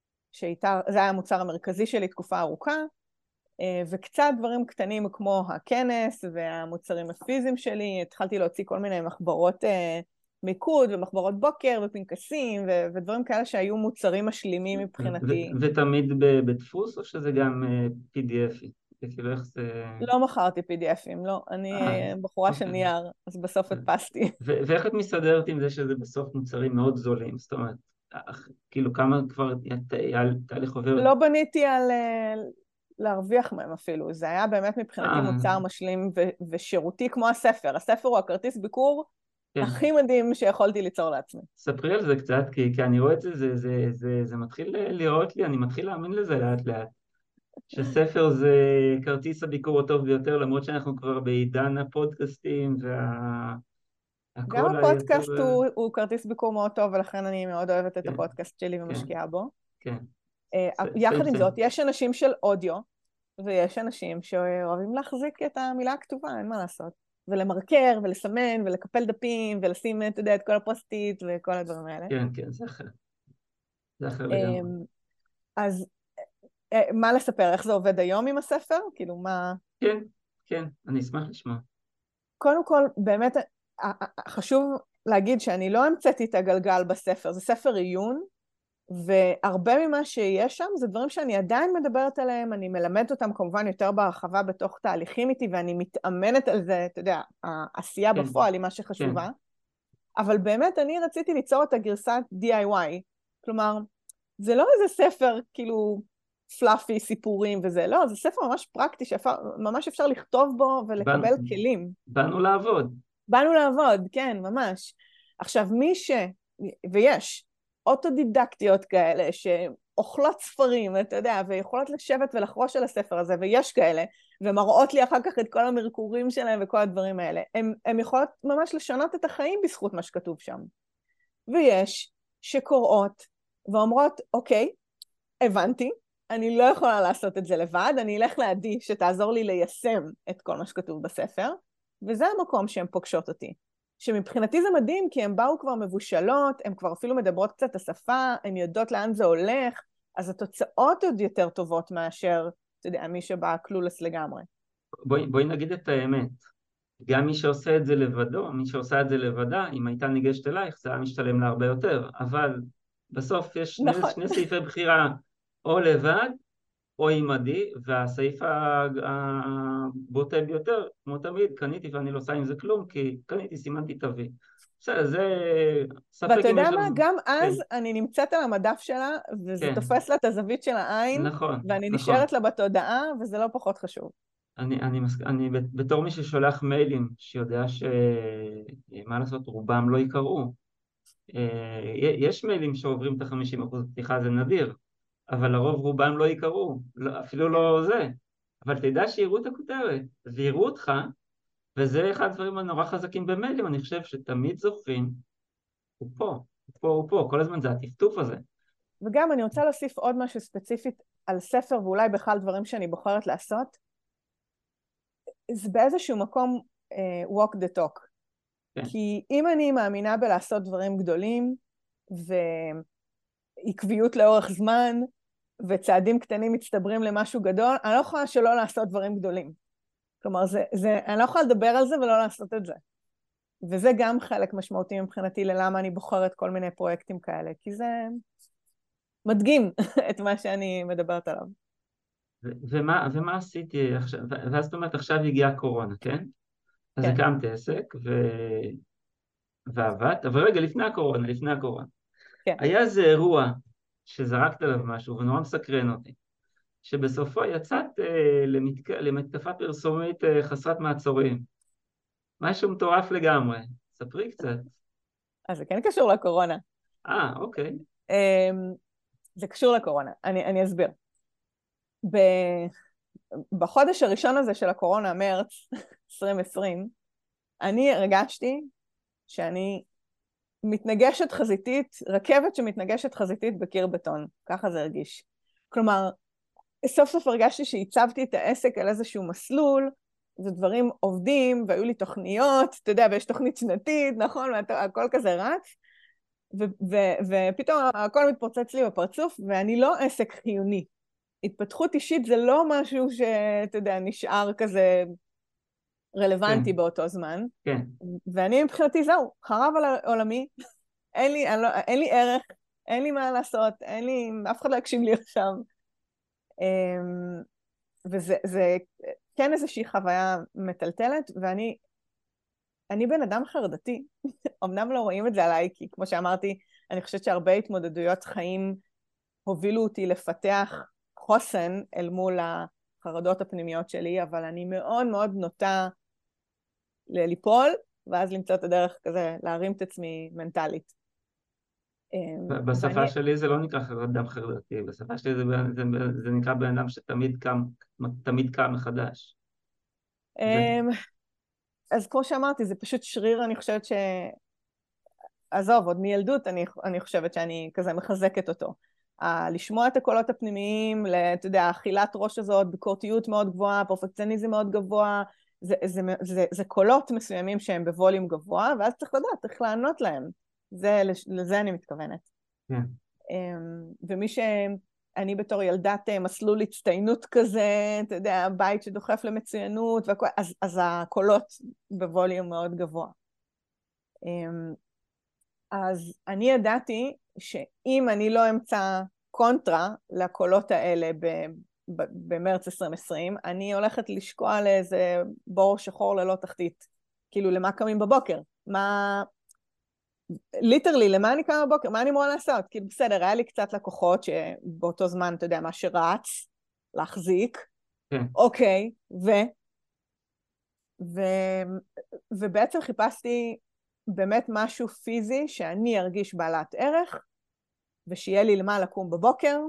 זה היה המוצר המרכזי שלי תקופה ארוכה, וקצת דברים קטנים כמו הכנס והמוצרים הפיזיים שלי, התחלתי להוציא כל מיני מחברות מיקוד ומחברות בוקר ופנקסים ודברים כאלה שהיו מוצרים משלימים מבחינתי. ותמיד בדפוס או שזה גם PDF? כאילו איך זה... לא מכרתי PDFים, לא. אני בחורה של נייר, אז בסוף הדפסתי. ואיך את מסתדרת עם זה שזה בסוף מוצרים מאוד זולים? זאת אומרת, כאילו כמה כבר תהליך עובר? לא בניתי על להרוויח מהם אפילו. זה היה באמת מבחינתי מוצר משלים ושירותי כמו הספר. הספר הוא הכרטיס ביקור הכי מדהים שיכולתי ליצור לעצמי. ספרי על זה קצת, כי אני רואה את זה, זה מתחיל לראות לי, אני מתחיל להאמין לזה לאט לאט. שספר זה כרטיס הביקור הטוב ביותר, למרות שאנחנו כבר בעידן הפודקאסטים גם הפודקאסט הוא כרטיס ביקור מאוד טוב, ולכן אני מאוד אוהבת את הפודקאסט שלי ומשקיעה בו. כן. יחד עם זאת, יש אנשים של אודיו, ויש אנשים שאוהבים להחזיק את המילה הכתובה, אין מה לעשות. ולמרקר, ולסמן, ולקפל דפים, ולשים, אתה יודע, את כל הפוסטית, וכל הדברים האלה. כן, כן, זה אחר. זה אחר לגמרי. אז מה לספר? איך זה עובד היום עם הספר? כאילו מה... כן, כן, אני אשמח לשמוע. קודם כל, באמת חשוב להגיד שאני לא המצאתי את הגלגל בספר, זה ספר עיון, והרבה ממה שיש שם זה דברים שאני עדיין מדברת עליהם, אני מלמדת אותם כמובן יותר בהרחבה בתוך תהליכים איתי, ואני מתאמנת על זה, אתה יודע, העשייה כן, בפועל היא מה שחשובה, כן. אבל באמת אני רציתי ליצור את הגרסת DIY, כלומר, זה לא איזה ספר כאילו פלאפי, סיפורים וזה, לא, זה ספר ממש פרקטי, ממש אפשר לכתוב בו ולקבל כלים. באנו לעבוד. באנו לעבוד, כן, ממש. עכשיו, ויש אוטודידקטיות כאלה שאוכלות ספרים, אתה יודע, ויכולות לשבת ולחרוש על הספר הזה, ויש כאלה, ומראות לי אחר כך את כל המרקורים שלהם וכל הדברים האלה. הם יכולות ממש לשנות את החיים בזכות מה שכתוב שם. ויש שקוראות ואומרות, אוקיי, הבנתי, אני לא יכולה לעשות את זה לבד, אני אלך לעדי שתעזור לי ליישם את כל מה שכתוב בספר, וזה המקום שהן פוגשות אותי. שמבחינתי זה מדהים, כי הן באו כבר מבושלות, הן כבר אפילו מדברות קצת את השפה, הן יודעות לאן זה הולך, אז התוצאות עוד יותר טובות מאשר, אתה יודע, מי שבא קלולס לגמרי. בואי נגיד את האמת. גם מי שעושה את זה לבדו, מי שעושה את זה לבדה, אם הייתה ניגשת אלייך, זה היה משתלם לה הרבה יותר. אבל בסוף יש שני סעיפי בחירה, או לבד, או עם עדי, והסעיף הבוטה ביותר, כמו תמיד, קניתי ואני לא עושה עם זה כלום, כי קניתי, סימנתי תווי. בסדר, זה ספק ואתה אם יודע יש מה, לנו... גם אז כן. אני נמצאת על המדף שלה, וזה כן. תופס לה את הזווית של העין, נכון, ואני נכון. נשארת לה בתודעה, וזה לא פחות חשוב. אני בתור מי ששולח מיילים, שיודע שמה לעשות, רובם לא יקראו. יש מיילים שעוברים את ה-50% פתיחה, זה נדיר, אבל לרוב רובם לא יקראו, אפילו לא זה. אבל תדע שיראו את הכותרת, ויראו אותך, וזה אחד הדברים הנורא חזקים במיילים, אני חושב שתמיד זוכרים, הוא פה, הוא פה, כל הזמן זה הטפטוף הזה. וגם אני רוצה להוסיף עוד משהו ספציפית על ספר, ואולי בכלל דברים שאני בוחרת לעשות, זה באיזשהו מקום walk the talk. כן. כי אם אני מאמינה בלעשות דברים גדולים, ועקביות לאורך זמן, וצעדים קטנים מצטברים למשהו גדול, אני לא יכולה שלא לעשות דברים גדולים. כלומר, אני לא יכולה לדבר על זה ולא לעשות את זה. וזה גם חלק משמעותי מבחינתי ללמה אני בוחרת כל מיני פרויקטים כאלה, כי זה מדגים את מה שאני מדברת עליו. ומה עשיתי עכשיו? ואז זאת אומרת, עכשיו הגיעה קורונה, כן? אז הקמת עסק ועבדת, אבל רגע, לפני הקורונה. כן. היה איזה אירוע שזרקת עליו משהו, ונורא מסקרן אותי, שבסופו יצאת למתקפה פרסומית חסרת מעצורים. משהו מטורף לגמרי. ספרי קצת. אז זה כן קשור לקורונה. אוקיי. זה קשור לקורונה, אני אסביר. בחודש הראשון הזה של הקורונה, מרץ 2020, אני הרגשתי שאני מתנגשת חזיתית, רכבת שמתנגשת חזיתית בקיר בטון. ככה זה הרגיש. כלומר, סוף סוף הרגשתי שהצבתי את העסק על איזשהו מסלול, ודברים עובדים, והיו לי תוכניות, אתה יודע, ויש תוכנית שנתית, נכון? הכל כזה רץ, ופתאום הכל מתפוצץ לי בפרצוף, ואני לא עסק חיוני. התפתחות אישית זה לא משהו שאתה יודע, נשאר כזה רלוונטי באותו זמן. כן. ואני מבחינתי זהו, חרב על עולמי, אין לי ערך, אין לי מה לעשות, אף אחד לא יקשיב לי עכשיו. וזה כן איזושהי חוויה מטלטלת, ואני בן אדם חרדתי, אמנם לא רואים את זה עליי, כי כמו שאמרתי, אני חושבת שהרבה התמודדויות חיים הובילו אותי לפתח חוסן אל מול החרדות הפנימיות שלי, אבל אני מאוד מאוד נוטה ליפול, ואז למצוא את הדרך כזה להרים את עצמי מנטלית. בשפה שלי זה לא נקרא אדם חרדתי, בשפה שלי זה נקרא בן אדם שתמיד קם מחדש. אז כמו שאמרתי, זה פשוט שריר, אני חושבת עזוב, עוד מילדות אני חושבת שאני כזה מחזקת אותו. לשמוע את הקולות הפנימיים, אתה יודע, אכילת ראש הזאת, ביקורתיות מאוד גבוהה, פרפקציוניזם מאוד גבוה, זה קולות מסוימים שהם בווליום גבוה, ואז צריך לדעת, צריך לענות להם. לזה אני מתכוונת. ומי שאני בתור ילדת מסלול הצטיינות כזה, אתה יודע, בית שדוחף למצוינות, אז הקולות בווליום מאוד גבוה. אז אני ידעתי שאם אני לא אמצא קונטרה לקולות האלה במרץ 2020, אני הולכת לשקוע לאיזה בור שחור ללא תחתית. כאילו, למה קמים בבוקר? ליטרלי, למה אני קמה בבוקר? מה אני אמורה לעשות? כאילו, בסדר, היה לי קצת לקוחות שבאותו זמן, אתה יודע, מה שרץ, להחזיק. אוקיי, ובעצם חיפשתי באמת משהו פיזי שאני ארגיש בעלת ערך, ושיהיה לי למה לקום בבוקר,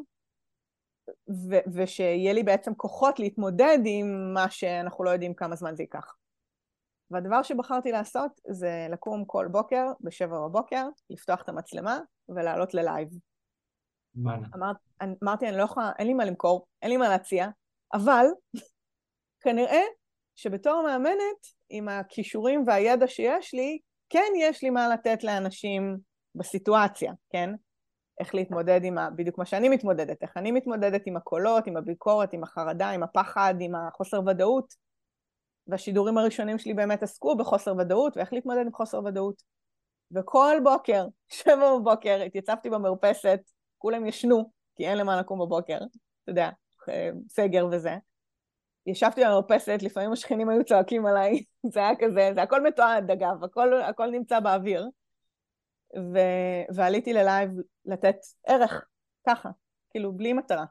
ושיהיה לי בעצם כוחות להתמודד עם מה שאנחנו לא יודעים כמה זמן זה ייקח. והדבר שבחרתי לעשות זה לקום כל בוקר, ב7 בבוקר, לפתוח את המצלמה ולעלות ללייב. אמרתי, אני לא יכולה, אין לי מה למכור, אין לי מה להציע, אבל כנראה שבתור מאמנת, עם הכישורים והידע שיש לי, כן יש לי מה לתת לאנשים בסיטואציה, כן? איך להתמודד עם בדיוק מה שאני מתמודדת, איך אני מתמודדת עם הקולות, עם הביקורת, עם החרדה, עם הפחד, עם החוסר ודאות. והשידורים הראשונים שלי באמת עסקו בחוסר ודאות, ואיך להתמודד עם חוסר ודאות. וכל בוקר, 7 בבוקר, התייצבתי במרפסת, כולם ישנו, כי אין למה לקום בבוקר, אתה יודע, סגר וזה. ישבתי במרפסת, לפעמים השכנים היו צועקים עליי, זה היה כזה, זה הכל מתועד אגב, הכל נמצא באוויר. ועליתי ללייב לתת ערך, ככה, כאילו בלי מטרה.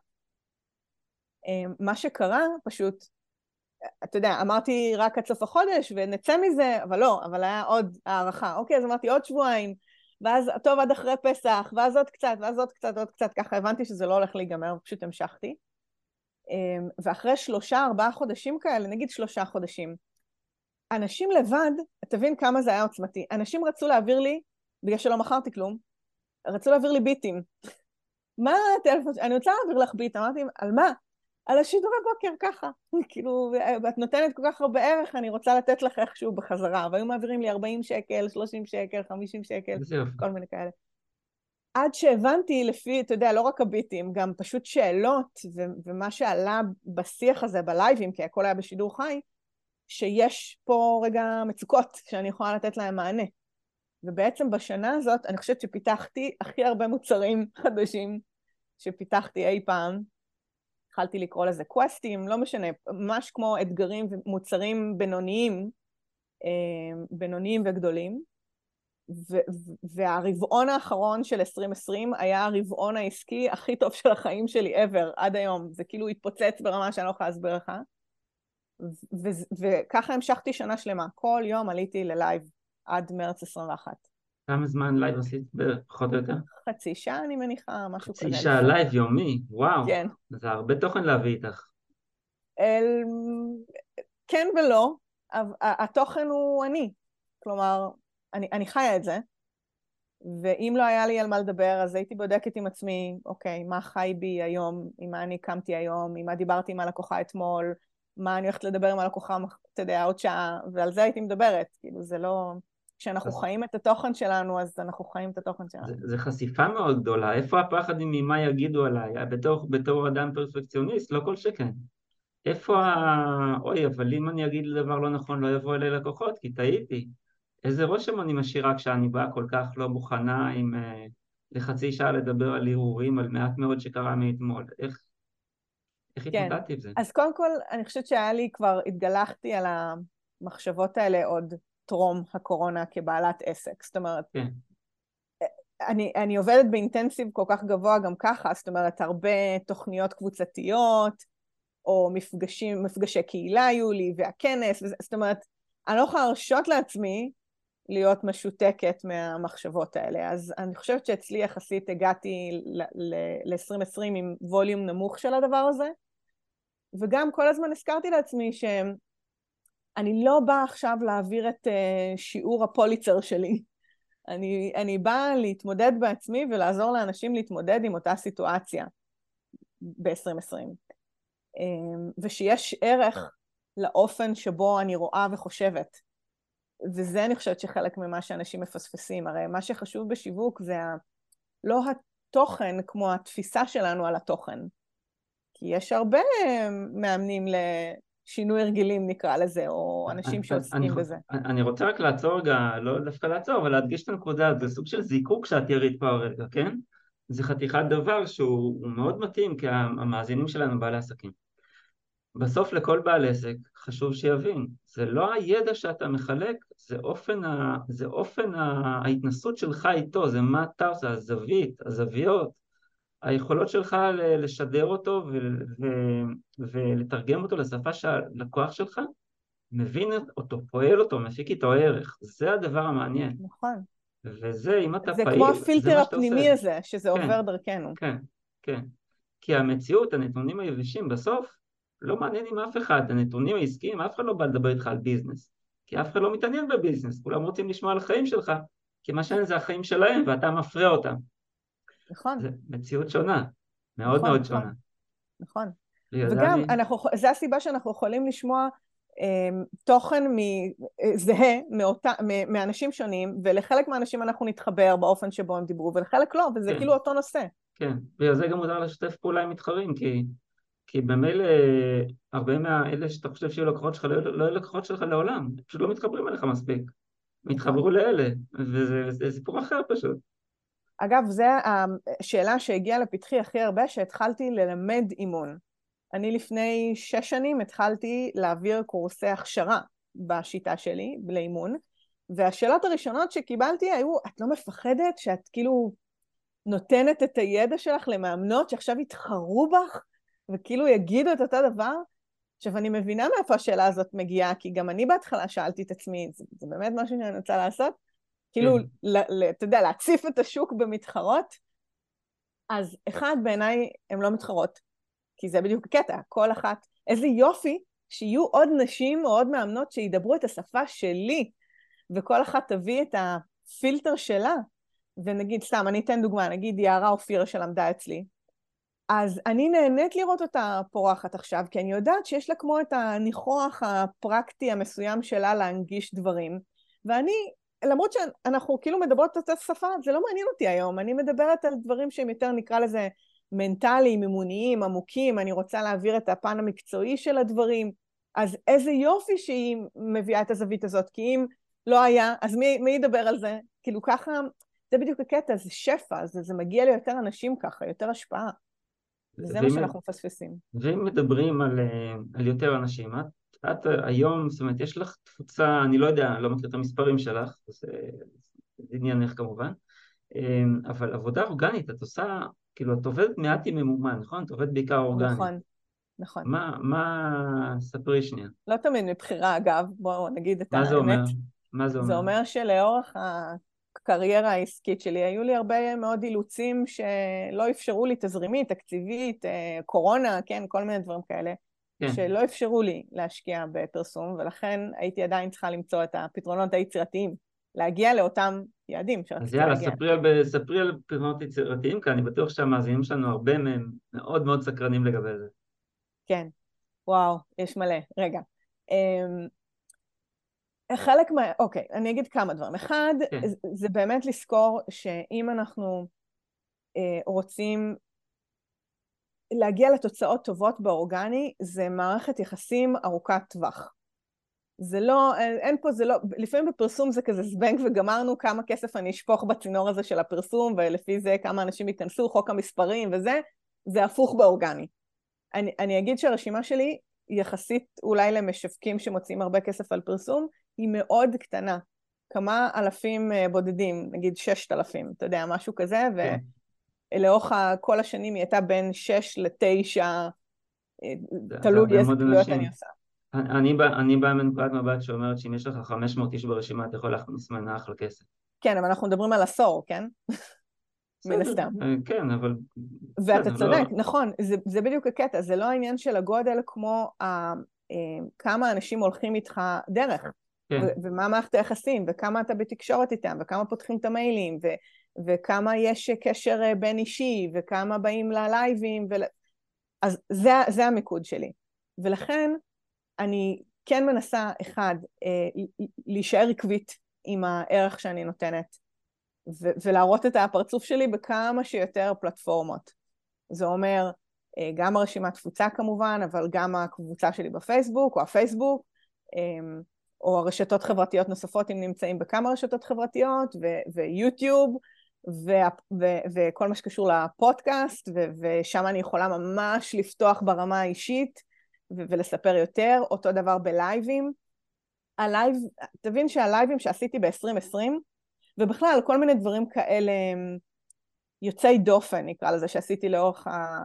מה שקרה פשוט, אתה יודע, אמרתי רק עד סוף החודש ונצא מזה, אבל לא, אבל היה עוד הערכה. אוקיי, אז אמרתי עוד שבועיים, ואז טוב עד אחרי פסח, ואז עוד קצת, ואז עוד קצת, עוד קצת, ככה הבנתי שזה לא הולך להיגמר, פשוט המשכתי. ואחרי 3-4 חודשים כאלה, נגיד 3 חודשים, אנשים לבד, תבין כמה זה היה עוצמתי, אנשים רצו להעביר לי, בגלל שלא מכרתי כלום, רצו להעביר לי ביטים. מה הטלפון? אני רוצה להעביר לך ביט, אמרתי, על מה? על השידורי בוקר ככה, כאילו, את נותנת כל כך הרבה ערך, אני רוצה לתת לך איכשהו בחזרה, והיו מעבירים לי 40 שקל, 30 שקל, 50 שקל, כל מיני כאלה. עד שהבנתי לפי, אתה יודע, לא רק הביטים, גם פשוט שאלות, ומה שעלה בשיח הזה, בלייבים, כי הכל היה בשידור חי, שיש פה רגע מצוקות שאני יכולה לתת להם מענה. ובעצם בשנה הזאת, אני חושבת שפיתחתי הכי הרבה מוצרים חדשים שפיתחתי אי פעם, התחלתי לקרוא לזה קווסטים, לא משנה, ממש כמו אתגרים ומוצרים בינוניים וגדולים, והרבעון האחרון של 2020 היה הרבעון העסקי הכי טוב של החיים שלי ever, עד היום, זה כאילו התפוצץ ברמה שאני לא יכולה להסביר לך, וככה המשכתי שנה שלמה, כל יום עליתי ללייב עד מרץ 21. כמה זמן לייב עשית פחות או יותר? חצי שעה אני מניחה, משהו כזה. חצי שעה לייב יומי, וואו. כן. זה הרבה תוכן להביא איתך. כן ולא, התוכן הוא אני. כלומר, אני חיה את זה, ואם לא היה לי על מה לדבר, אז הייתי בודקת עם עצמי, אוקיי, מה חי בי היום, עם מה אני קמתי היום, עם מה דיברתי עם הלקוחה אתמול, מה אני הולכת לדבר עם הלקוחה, אתה יודע, עוד שעה, ועל זה הייתי מדברת. כאילו, זה לא... כשאנחנו חיים את התוכן שלנו, אז אנחנו חיים את התוכן שלנו. זה חשיפה מאוד גדולה. איפה הפחד ממה יגידו עליי? בתור אדם פרפקציוניסט, לא כל שכן. איפה אוי, אבל אם אני אגיד לדבר לא נכון, לא יבוא אליי לקוחות, כי טעיתי. איזה רושם אני משאירה כשאני באה כל כך לא מוכנה עם לחצי שעה לדבר על ערעורים, על מעט מאוד שקרה מאתמול. איך התמודדתי עם זה? אז קודם כל, אני חושבת שהיה לי כבר, התגלחתי על המחשבות האלה עוד טרום הקורונה כבעלת עסק. זאת אומרת, אני עובדת באינטנסיב כל כך גבוה גם ככה, זאת אומרת, הרבה תוכניות קבוצתיות, או מפגשי קהילה היו לי, והכנס, זאת אומרת, אני לא יכולה להרשות לעצמי להיות משותקת מהמחשבות האלה. אז אני חושבת שאצלי יחסית הגעתי ל-2020 עם ווליום נמוך של הדבר הזה, וגם כל הזמן הזכרתי לעצמי שאני לא באה עכשיו להעביר את שיעור הפוליצר שלי. אני באה להתמודד בעצמי ולעזור לאנשים להתמודד עם אותה סיטואציה ב-2020. ושיש ערך לאופן שבו אני רואה וחושבת. וזה אני חושבת שחלק ממה שאנשים מפספסים. הרי מה שחשוב בשיווק זה לא התוכן כמו התפיסה שלנו על התוכן. כי יש הרבה מאמנים לשינוי הרגילים נקרא לזה, או אנשים שעוסקים בזה. אני רוצה רק לעצור רגע, לא דווקא לעצור, אבל להדגיש את הנקודה, זה סוג של זיקוק שאת ירית פה הרגע, כן? זה חתיכת דבר שהוא מאוד מתאים, כי המאזינים שלנו בעלי עסקים. בסוף לכל בעל עסק חשוב שיבין, זה לא הידע שאתה מחלק, זה אופן ההתנסות שלך איתו, זה מה אתה עושה, הזווית, הזוויות, היכולות שלך לשדר אותו ולתרגם אותו לשפה שהלקוח שלך מבין אותו, פועל אותו, מפיק איתו ערך, זה הדבר המעניין. נכון. וזה, אם אתה זה פעיל, כמו הפילטר הפנימי הזה, שזה עובר דרכנו. כן, כן. כי המציאות, הנתונים היבשים בסוף, לא מעניינים אף אחד, הנתונים העסקיים, אף אחד לא בא לדבר איתך על ביזנס, כי אף אחד לא מתעניין בביזנס, כולם רוצים לשמוע על החיים שלך, כי מה שאין זה החיים שלהם, ואתה מפריע אותם. נכון. זה מציאות שונה, מאוד מאוד שונה. נכון. וגם, זה הסיבה שאנחנו יכולים לשמוע תוכן זהה מאנשים שונים, ולחלק מהאנשים אנחנו נתחבר באופן שבו הם דיברו, ולחלק לא, וזה כאילו אותו נושא. כן, בגלל זה גם מותר לשתף פעולה עם מתחרים, כי במילא הרבה מהאלה שאתה חושב שיהיו לקוחות שלך, לא יהיו לקוחות שלך לעולם, פשוט לא מתחברים אליך מספיק. מתחברו לאלה, וזה סיפור אחר פשוט. אגב, זו השאלה שהגיעה לפתחי הכי הרבה, שהתחלתי ללמד אימון. אני לפני 6 שנים התחלתי להעביר קורסי הכשרה בשיטה שלי, לאימון, והשאלות הראשונות שקיבלתי היו, את לא מפחדת שאת כאילו נותנת את הידע שלך למאמנות שעכשיו יתחרו בך, וכאילו יגידו את אותו דבר? עכשיו, אני מבינה מאיפה השאלה הזאת מגיעה, כי גם אני בהתחלה שאלתי את עצמי, זה באמת משהו שאני רוצה לעשות? כאילו, אתה יודע, להציף את השוק במתחרות? אז אחד, בעיניי, הן לא מתחרות, כי זה בדיוק הקטע, כל אחת, איזה יופי שיהיו עוד נשים או עוד מאמנות שידברו את השפה שלי, וכל אחת תביא את הפילטר שלה, ונגיד, סתם, אני אתן דוגמה, נגיד יערה אופירה שלמדה אצלי, אז אני נהנית לראות אותה פורחת עכשיו, כי אני יודעת שיש לה כמו את הניחוח הפרקטי המסוים שלה להנגיש דברים, ואני, למרות שאנחנו כאילו מדברות את אותה שפה, זה לא מעניין אותי היום, אני מדברת על דברים שהם יותר נקרא לזה מנטליים, אימוניים, עמוקים, אני רוצה להעביר את הפן המקצועי של הדברים, אז איזה יופי שהיא מביאה את הזווית הזאת, כי אם לא היה, אז מי ידבר על זה? כאילו ככה, זה בדיוק הקטע, זה שפע, זה מגיע ליותר אנשים ככה, יותר השפעה. וזה מה שאנחנו מפספסים. ואם מדברים על יותר אנשים, את היום, זאת אומרת, יש לך תפוצה, אני לא יודע, לא מכיר את המספרים שלך, זה עניינך כמובן, אבל עבודה אורגנית, את עושה, כאילו, את עובדת מעט עם ממומן, נכון? את עובדת בעיקר אורגנית. נכון, נכון. ספרי שנייה. לא תמיד מבחירה, אגב, בואו נגיד את האמת. מה זה אומר? זה אומר שלאורך הקריירה העסקית שלי, היו לי הרבה מאוד אילוצים שלא אפשרו לי תזרימית, תקציבית, קורונה, כן, כל מיני דברים כאלה, שלא אפשרו לי להשקיע בפרסום, ולכן הייתי עדיין צריכה למצוא את הפתרונות היצירתיים, להגיע לאותם יעדים שרציתי להגיע. אז יאללה, ספרי על פתרונות יצירתיים, כי אני בטוח שהמאזינים שלנו הרבה מהם מאוד מאוד סקרנים לגבי זה. כן, וואו, יש מלא. רגע. חלק אוקיי, אני אגיד כמה דברים. אחד, זה באמת לזכור שאם אנחנו רוצים להגיע לתוצאות טובות באורגני, זה מערכת יחסים ארוכת טווח. זה לא, אין פה, זה לא, לפעמים בפרסום זה כזה זבנג וגמרנו כמה כסף אני אשפוך בצינור הזה של הפרסום, ולפי זה כמה אנשים ייכנסו, חוק המספרים וזה, זה הפוך באורגני. אני אגיד שהרשימה שלי, יחסית אולי למשווקים שמוצאים הרבה כסף על פרסום, היא מאוד קטנה. כמה אלפים בודדים, נגיד 6,000, אתה יודע, משהו כזה, ולאורך כל השנים היא הייתה בין 6 ל-9, תלוי איזה פעילויות אני עושה. אני בא מנקודת מבט שאומרת שאם יש לך 500 איש ברשימה, אתה יכול להכניס מנה אחלה כסף. כן, אבל אנחנו מדברים על עשור, כן? מן הסתם. כן, אבל... ואתה צודק, נכון, זה בדיוק הקטע, זה לא העניין של הגודל כמו כמה אנשים הולכים איתך דרך, ומה מערכת היחסים, וכמה אתה בתקשורת איתם, וכמה פותחים את המיילים, וכמה יש קשר בין אישי, וכמה באים ללייבים, אז זה המיקוד שלי. ולכן אני כן מנסה, אחד, להישאר עקבית עם הערך שאני נותנת, ולהראות את הפרצוף שלי בכמה שיותר פלטפורמות. זה אומר, גם הרשימת תפוצה כמובן, אבל גם הקבוצה שלי בפייסבוק, או הפייסבוק, או הרשתות חברתיות נוספות אם נמצאים בכמה רשתות חברתיות, ויוטיוב, וכל מה שקשור לפודקאסט, ושם אני יכולה ממש לפתוח ברמה האישית, ולספר יותר, אותו דבר בלייבים. הלייב, תבין שהלייבים שעשיתי ב-2020, ובכלל כל מיני דברים כאלה יוצאי דופן, נקרא לזה, שעשיתי לאורך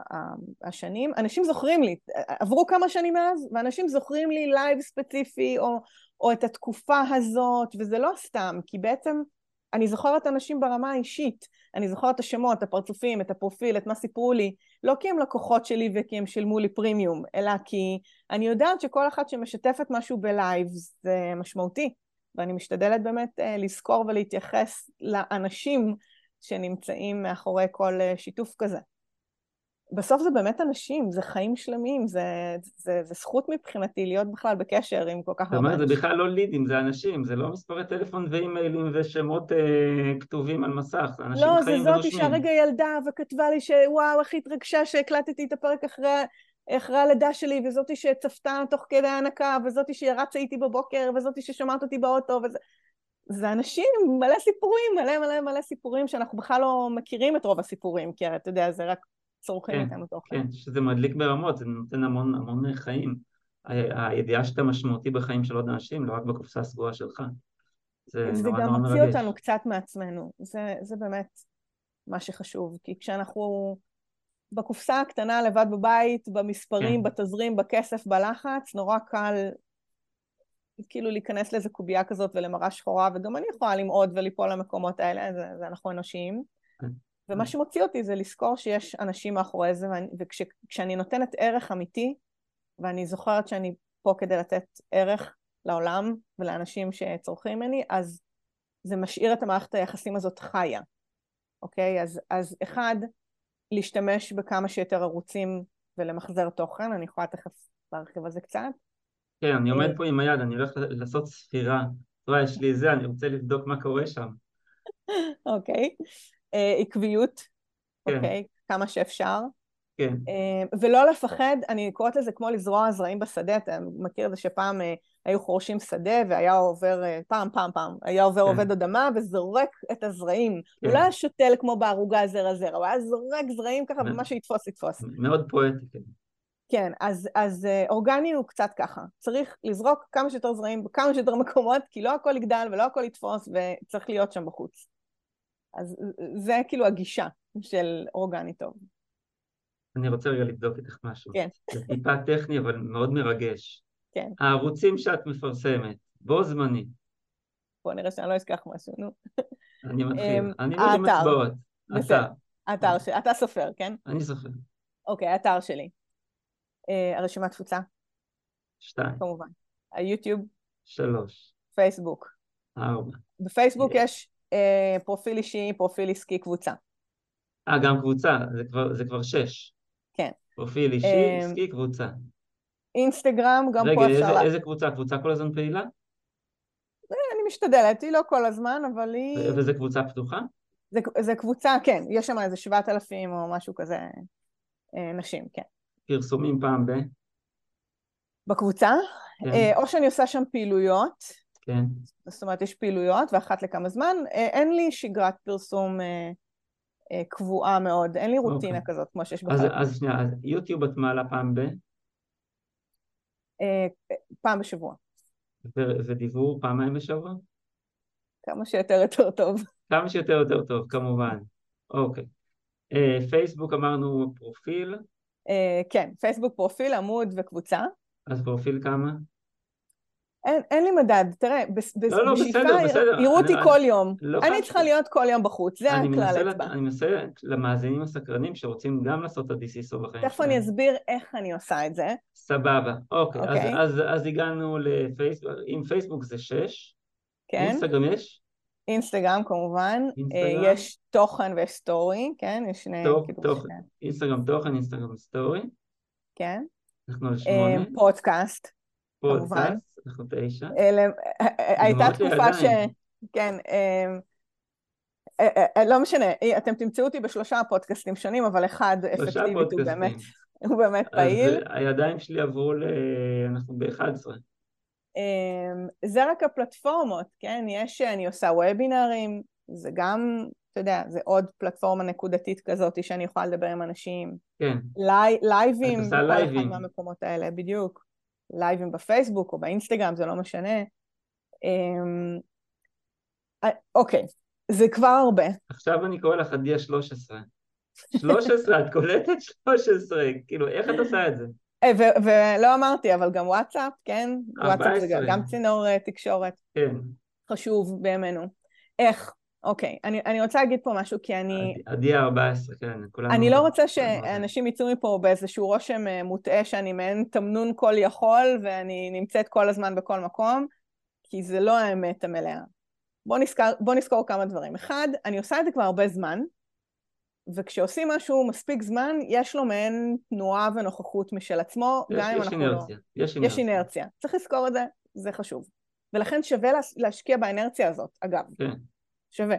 השנים, אנשים זוכרים לי, עברו כמה שנים מאז, ואנשים זוכרים לי לייב ספציפי, או את התקופה הזאת, וזה לא סתם, כי בעצם אני זוכרת אנשים ברמה האישית, אני זוכרת את השמות, את הפרצופים, את הפרופיל, את מה סיפרו לי, לא כי הם לקוחות שלי וכי הם שילמו לי פרימיום, אלא כי אני יודעת שכל אחת שמשתפת משהו בלייב זה משמעותי, ואני משתדלת באמת לזכור ולהתייחס לאנשים שנמצאים מאחורי כל שיתוף כזה. בסוף זה באמת אנשים, זה חיים שלמים, זה זכות מבחינתי להיות בכלל בקשר עם כל כך הרבה אנשים. זה בכלל לא לידים, זה אנשים, זה לא מספרי טלפון ואימיילים ושמות כתובים על מסך, זה אנשים לא, חיים זה ונושמים. זאתי שהרגע ילדה וכתבה לי שוואו, הכי התרגשה שהקלטתי את הפרק אחרי הלידה שלי, וזאתי שצפתה תוך כדי ההנקה, וזאתי שרצה איתי בבוקר, וזאתי ששומעת אותי באוטו, זה אנשים, מלא סיפורים, מלא סיפורים, שאנחנו בכלל לא מכירים את רוב הסיפורים, כי אתה יודע, זה רק צורכים איתנו תוכן. כן, שזה מדליק ברמות, זה נותן המון חיים. הידיעה שאתה משמעותי בחיים של עוד אנשים, לא רק בקופסה הסגורה שלך. זה גם מוציא אותנו קצת מעצמנו, זה באמת מה שחשוב, כי כשאנחנו בקופסה הקטנה לבד בבית, במספרים, בתזרים, בכסף, בלחץ, נורא קל כאילו להיכנס לאיזה קובייה כזאת ולמראה שחורה, וגם אני יכולה למעוד וליפול למקומות האלה, זה אנחנו אנושיים. ומה שמוציא אותי זה לזכור שיש אנשים מאחורי זה, וכשאני נותנת ערך אמיתי, ואני זוכרת שאני פה כדי לתת ערך לעולם ולאנשים שצורכים ממני, אז זה משאיר את המערכת היחסים הזאת חיה. אוקיי? אז אחד, להשתמש בכמה שיותר ערוצים ולמחזר תוכן, אני יכולה תכף להרחיב על זה קצת. כן, אני עומד פה עם היד, אני הולך לעשות ספירה. יש לי זה, אני רוצה לבדוק מה קורה שם. אוקיי. עקביות, אוקיי, כמה שאפשר. כן. ולא לפחד, אני קוראת לזה כמו לזרוע זרעים בשדה, אתה מכיר את זה שפעם היו חורשים שדה, והיה עובר, פעם, היה עובר עובד אדמה, וזורק את הזרעים. הוא לא היה שותל כמו בערוגה זרע, הוא היה זורק זרעים ככה, ומה שיתפוס. מאוד פואטי, כן. כן, אז אורגני הוא קצת ככה. צריך לזרוק כמה שיותר זרעים, בכמה שיותר מקומות, כי לא הכל יגדל ולא הכל יתפוס, וצריך להיות שם בחוץ. אז זה כאילו הגישה של אורגני טוב. אני רוצה רגע לבדוק איתך משהו. כן. זה טיפה טכני, אבל מאוד מרגש. כן. הערוצים שאת מפרסמת, בו זמני. בוא נראה שאני לא אשכח משהו, נו. אני מתחיל. אני לא עם אצבעות. האתר שלי. אתה סופר, כן? אני סופר. אוקיי, האתר שלי. הרשימת תפוצה? 2. כמובן. היוטיוב? 3. פייסבוק? 4. בפייסבוק יש פרופיל אישי, פרופיל עסקי, קבוצה. גם קבוצה, זה כבר 6. כן. פרופיל אישי, עסקי, קבוצה. אינסטגרם, גם פה אפשר... רגע, איזה קבוצה? קבוצה כל הזמן פעילה? אני משתדלת, היא לא כל הזמן, אבל היא... וזה קבוצה פתוחה? זה קבוצה, כן, יש שם איזה 7,000 או משהו כזה נשים, כן. פרסומים פעם ב? בקבוצה? כן. או שאני עושה שם פעילויות, כן. זאת אומרת, יש פעילויות, ואחת לכמה זמן, אין לי שגרת פרסום קבועה מאוד, אין לי רוטינה כזאת, כמו שיש בחלק. אז שנייה, אז יוטיוב את מעלה פעם ב? פעם בשבוע. ודיבור פעמיים בשבוע? כמה שיותר יותר טוב. כמה שיותר יותר טוב, כמובן. אוקיי. פייסבוק אמרנו פרופיל? כן, פייסבוק פרופיל, עמוד וקבוצה. אז פרופיל כמה? אין לי מדד, תראה, בשאיפה בסדר. יראו אותי כל יום. אני צריכה להיות כל יום בחוץ, זה הכלל אצבע. אני מנסה למאזינים הסקרנים שרוצים גם לעשות את ה-DC בחיים שלהם. תכף אני אסביר איך אני עושה את זה. סבבה, אוקיי. אז הגענו לפייסבוק, עם פייסבוק זה 6. כן. אינסטגרם יש? אינסטגרם כמובן, יש תוכן ויש סטורי, כן? יש שני... אינסטגרם תוכן, אינסטגרם סטורי. כן. אנחנו על 8. פודקאסט. פודקאסט, אנחנו 9. הייתה תקופה ש... כן, לא משנה, אתם תמצאו אותי בשלושה פודקאסטים שונים, אבל אחד אפקטיבית הוא באמת פעיל. אז הידיים שלי עברו אנחנו ב-11. זה רק הפלטפורמות, כן? אני עושה וובינרים, זה גם, אתה יודע, זה עוד פלטפורמה נקודתית כזאת שאני יכולה לדבר עם אנשים. כן. לייבים את עושה בכל לייבים. אחד מהמקומות האלה, בדיוק. לייבים בפייסבוק או באינסטגרם, זה לא משנה. אוקיי, זה כבר הרבה. עכשיו אני קורא לך עדי 13. 13, את קולטת 13, כאילו, איך את עושה את זה? ולא אמרתי, אבל גם וואטסאפ, כן? 14. וואטסאפ זה גם צינור תקשורת. כן. חשוב בימינו. איך? אוקיי, אני רוצה להגיד פה משהו, כי עדי 14, כן. אני לא רוצה שאנשים יצאו מפה באיזשהו רושם מוטעה שאני מעין תמנון כל יכול, ואני נמצאת כל הזמן בכל מקום, כי זה לא האמת המלאה. בוא נזכור כמה דברים. אחד, אני עושה את זה כבר הרבה זמן, וכשעושים משהו מספיק זמן, יש לו מעין תנועה ונוכחות משל עצמו, גם אם אנחנו לא... יש אינרציה. צריך לזכור את זה, זה חשוב. ולכן שווה להשקיע באינרציה הזאת, אגב. כן. שווה.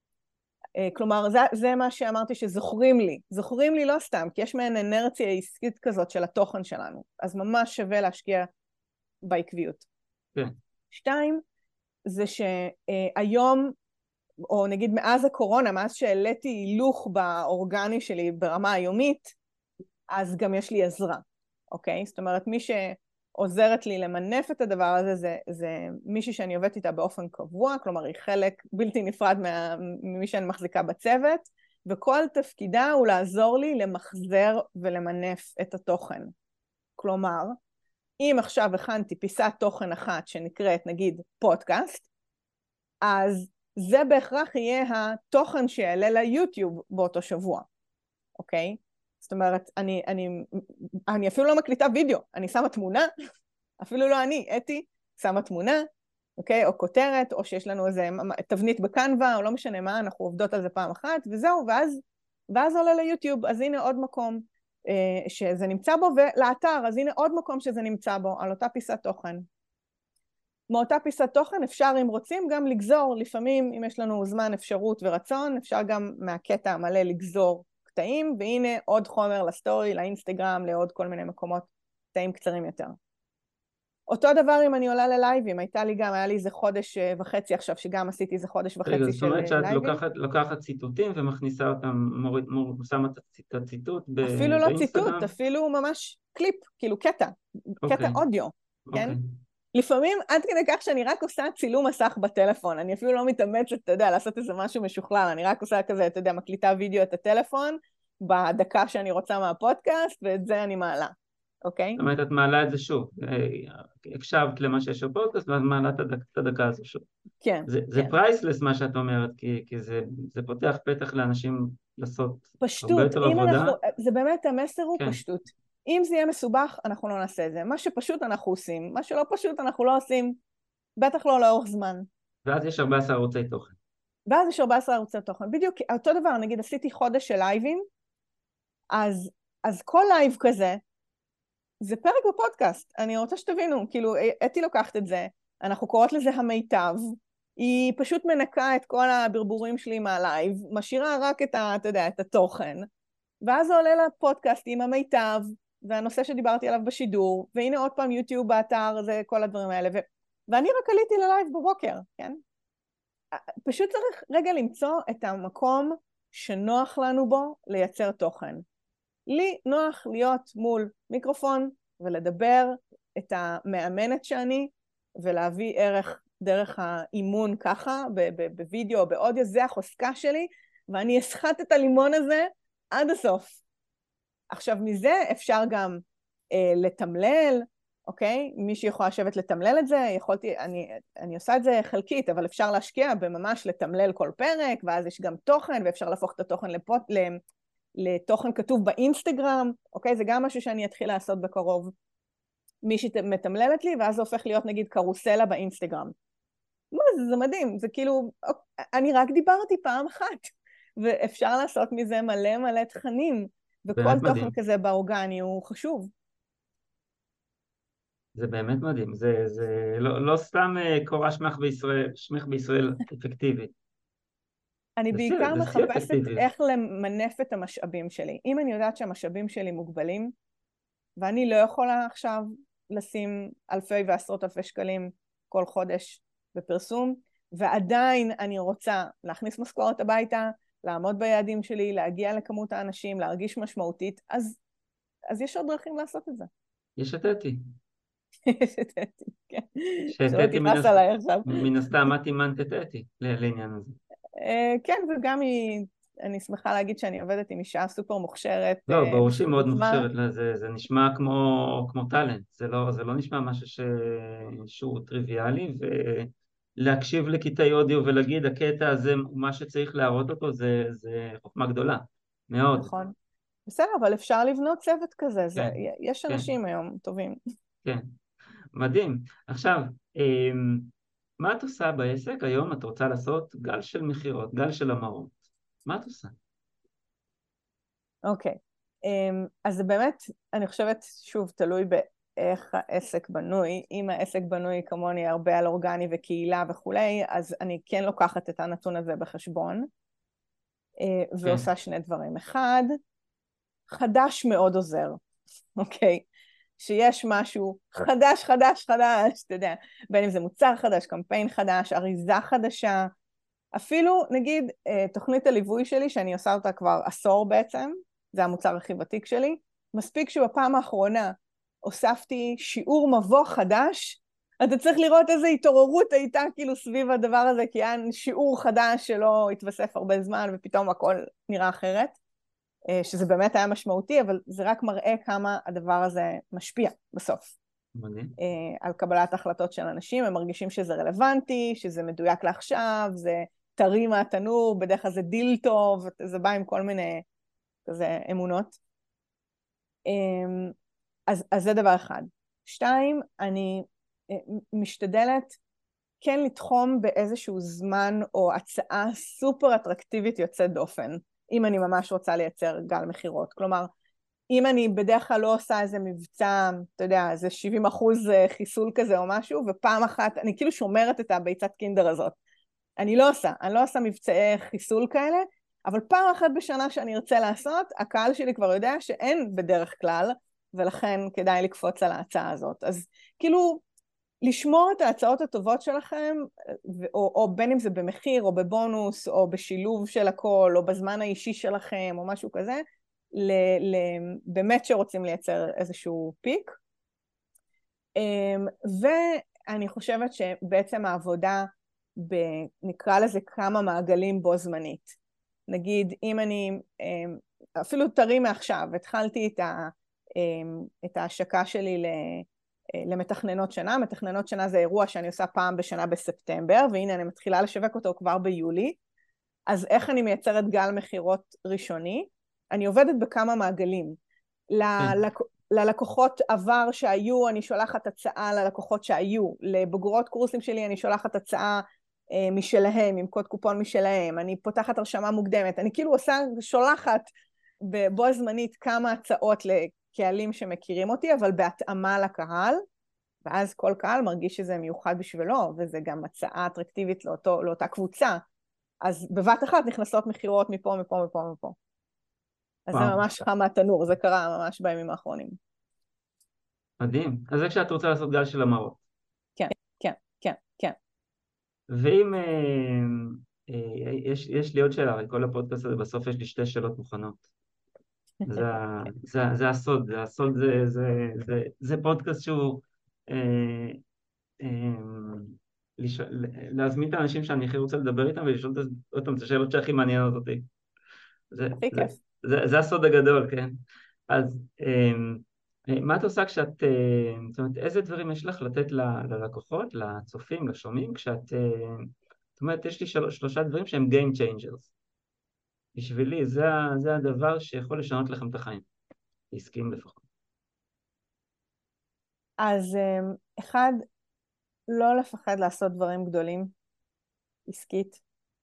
כלומר, זה מה שאמרתי שזוכרים לי. זוכרים לי לא סתם, כי יש מעין אינרציה עסקית כזאת של התוכן שלנו. אז ממש שווה להשקיע בעקביות. כן. 2, זה שהיום, או נגיד מאז הקורונה, מאז שהעליתי הילוך באורגני שלי ברמה היומית, אז גם יש לי עזרה, אוקיי? זאת אומרת, מי שעוזרת לי למנף את הדבר הזה, זה מישהי שאני עובדת איתה באופן קבוע, כלומר, היא חלק בלתי נפרד ממי שאני מחזיקה בצוות, וכל תפקידה הוא לעזור לי למחזר ולמנף את התוכן. כלומר, אם עכשיו הכנתי פיסת תוכן אחת שנקראת, נגיד, פודקאסט, אז זה בהכרח יהיה התוכן שיעלה ליוטיוב באותו שבוע, אוקיי? זאת אומרת, אני אפילו לא מקליטה וידאו, אני שמה תמונה, אפילו לא אני, אתי, שמה תמונה, אוקיי? או כותרת, או שיש לנו איזה תבנית בקנווה, או לא משנה מה, אנחנו עובדות על זה פעם אחת, וזהו, ואז עולה ליוטיוב, אז הנה עוד מקום שזה נמצא בו, ולאתר, אז הנה עוד מקום שזה נמצא בו, על אותה פיסת תוכן. מאותה פיסת תוכן אפשר, אם רוצים, גם לגזור, לפעמים, אם יש לנו זמן, אפשרות ורצון, אפשר גם מהקטע המלא לגזור קטעים, והנה עוד חומר לסטורי, לאינסטגרם, לעוד כל מיני מקומות, קטעים קצרים יותר. אותו דבר אם אני עולה ללייבים, היה לי איזה חודש וחצי עכשיו, שגם עשיתי איזה חודש וחצי של לייבים. זאת אומרת שאת לוקחת ציטוטים ומכניסה אותם, שמה את הציטוט באינסטגרם? אפילו לא ציטוט, אפילו ממש קליפ, כאילו קטע אודיו, כן? לפעמים עד כדי כך שאני רק עושה צילום מסך בטלפון, אני אפילו לא מתאמצת, אתה יודע, לעשות איזה משהו משוכלל, אני רק עושה כזה, אתה יודע, מקליטה וידאו את הטלפון, בדקה שאני רוצה מהפודקאסט, ואת זה אני מעלה, אוקיי? זאת אומרת, את מעלה את זה שוב, הקשבת למה שיש בפודקאסט, ואת מעלה את הדקה הזו שוב. כן. זה פרייסלס מה שאת אומרת, כי זה פותח פתח לאנשים לעשות הרבה יותר עבודה. זה באמת, המסר הוא פשטות. אם זה יהיה מסובך, אנחנו לא נעשה את זה. מה שפשוט אנחנו עושים, מה שלא פשוט אנחנו לא עושים, בטח לא לאורך זמן. ואז יש 14 ערוצי תוכן. בדיוק, אותו דבר, נגיד, עשיתי חודש של לייבים, אז כל לייב כזה, זה פרק בפודקאסט. אני רוצה שתבינו, כאילו, אתי לוקחת את זה, אנחנו קוראות לזה המיטב, היא פשוט מנקה את כל הברבורים שלי מהלייב, משאירה רק אתה יודע, את התוכן, ואז זה עולה לפודקאסט עם המיטב, והנושא שדיברתי עליו בשידור, והנה עוד פעם יוטיוב באתר, זה כל הדברים האלה, ואני רק עליתי ללייב בבוקר, כן? פשוט צריך רגע למצוא את המקום שנוח לנו בו לייצר תוכן. לי נוח להיות מול מיקרופון ולדבר את המאמנת שאני, ולהביא ערך דרך האימון ככה, בווידאו או באודיו, זה החוזקה שלי, ואני אסחט את הלימון הזה עד הסוף. עכשיו מזה אפשר גם לתמלל, אוקיי? מי שיכולה לשבת לתמלל את זה, אני עושה את זה חלקית, אבל אפשר להשקיע בממש לתמלל כל פרק, ואז יש גם תוכן, ואפשר להפוך את התוכן לתוכן כתוב באינסטגרם, אוקיי? זה גם משהו שאני אתחיל לעשות בקרוב. מי שמתמללת לי, ואז זה הופך להיות נגיד קרוסלה באינסטגרם. מה זה? זה מדהים, זה כאילו, אני רק דיברתי פעם אחת, ואפשר לעשות מזה מלא מלא תכנים, וכל תוכן כזה באורגני הוא חשוב. זה באמת מדהים, זה לא סתם קורא שמך בישראל אפקטיבי. אני בעיקר מחפשת איך למנף את המשאבים שלי. אם אני יודעת שהמשאבים שלי מוגבלים, ואני לא יכולה עכשיו לשים אלפי ועשרות אלפי שקלים כל חודש בפרסום, ועדיין אני רוצה להכניס משכורת הביתה, לעמוד ביעדים שלי, להגיע לכמות האנשים, להרגיש משמעותית, אז יש עוד דרכים לעשות את זה. יש את אתי. יש את אתי, כן. שלא תכעס עליי עכשיו. מן הסתם את אימנת את אתי לעניין הזה. כן, וגם אני שמחה להגיד שאני עובדת עם אישה סופר מוכשרת. לא, ברור שהיא מאוד מוכשרת, זה נשמע כמו טלנט, זה לא נשמע משהו שהוא טריוויאלי, ולהקשיב לקטעי אודיו ולהגיד הקטע הזה הוא מה שצריך להראות אותו, זה חוכמה גדולה, מאוד. נכון. בסדר, אבל אפשר לבנות צוות כזה, יש אנשים היום טובים. כן, מדהים. עכשיו, מה את עושה בעסק? היום את רוצה לעשות גל של מחירות, גל של המרות. מה את עושה? אוקיי. אז זה באמת, אני חושבת, שוב, תלוי באיך העסק בנוי. אם העסק בנוי כמוני הרבה על אורגני וקהילה וכולי, אז אני כן לוקחת את הנתון הזה בחשבון, ועושה שני דברים. אחד, חדש מאוד עוזר, אוקיי? שיש משהו חדש, אתה יודע, בין אם זה מוצר חדש, קמפיין חדש, אריזה חדשה, אפילו נגיד תוכנית הליווי שלי, שאני עושה אותה כבר עשור בעצם, זה המוצר הכי ותיק שלי, מספיק שבפעם האחרונה הוספתי שיעור מבוא חדש, אתה צריך לראות איזו התעוררות הייתה כאילו סביב הדבר הזה, כי היה שיעור חדש שלא התווסף הרבה זמן, ופתאום הכל נראה אחרת, שזה באמת היה משמעותי, אבל זה רק מראה כמה הדבר הזה משפיע בסוף. על קבלת החלטות של אנשים, הם מרגישים שזה רלוונטי, שזה מדויק לעכשיו, זה טרי מהתנור, בדרך כלל זה דיל טוב, זה בא עם כל מיני כזה אמונות. אז זה דבר אחד. 2, אני משתדלת כן לתחום באיזשהו זמן או הצעה סופר אטרקטיבית יוצאת דופן, אם אני ממש רוצה לייצר גל מחירות. כלומר, אם אני בדרך כלל לא עושה איזה מבצע, אתה יודע, איזה 70% חיסול כזה או משהו, ופעם אחת, אני כאילו שומרת את הביצת קינדר הזאת. אני לא עושה מבצעי חיסול כאלה, אבל פעם אחת בשנה שאני ארצה לעשות, הקהל שלי כבר יודע שאין בדרך כלל, ולכן כדאי לקפוץ על ההצעה הזאת. אז כאילו, לשמור את ההצעות הטובות שלכם, או בין אם זה במחיר, או בבונוס, או בשילוב של הכל, או בזמן האישי שלכם, או משהו כזה, באמת שרוצים לייצר איזשהו פיק. ואני חושבת שבעצם העבודה, נקרא לזה כמה מעגלים בו זמנית. נגיד, אם אני, אפילו טרי מעכשיו, התחלתי את ההשקה שלי למתכננות שנה. מתכננות שנה זה אירוע שאני עושה פעם בשנה בספטמבר, והנה אני מתחילה לשווק אותו כבר ביולי. אז איך אני מייצרת גל מחירות ראשוני? אני עובדת בכמה מעגלים. ללקוחות עבר שהיו, אני שולחת הצעה ללקוחות שהיו. לבוגרות קורסים שלי אני שולחת הצעה משלהם, עם קוד קופון משלהם. אני פותחת הרשמה מוקדמת. אני כאילו שולחת בו זמנית כמה הצעות לקהלים שמכירים אותי, אבל בהתאמה לקהל, ואז כל קהל מרגיש שזה מיוחד בשבילו, וזה גם הצעה אטרקטיבית לאותה קבוצה. אז בבת אחת נכנסות מחירות מפה. אז זה ממש חם מהתנור, זה קרה ממש בימים האחרונים. מדהים. אז זה כשאת רוצה לעשות גל של המרות. כן. ואם יש לי עוד שאלה, הרי כל הפודקאסט הזה בסוף יש לי 2 שאלות מוכנות. זה הסוד, זה פודקאסט שהוא להזמין את האנשים שאני הכי רוצה לדבר איתם ולשאול אותם את השאלות שהכי מעניינות אותי. הכי כיף. זה הסוד הגדול, כן? אז מה את עושה כשאת, זאת אומרת, איזה דברים יש לך לתת ללקוחות, לצופים, לשומעים, כשאת, זאת אומרת, יש לי 3 דברים שהם game changers. בשבילי, זה הדבר שיכול לשנות לכם את החיים. עסקיים לפחות. אז 1, לא לפחד לעשות דברים גדולים, עסקית.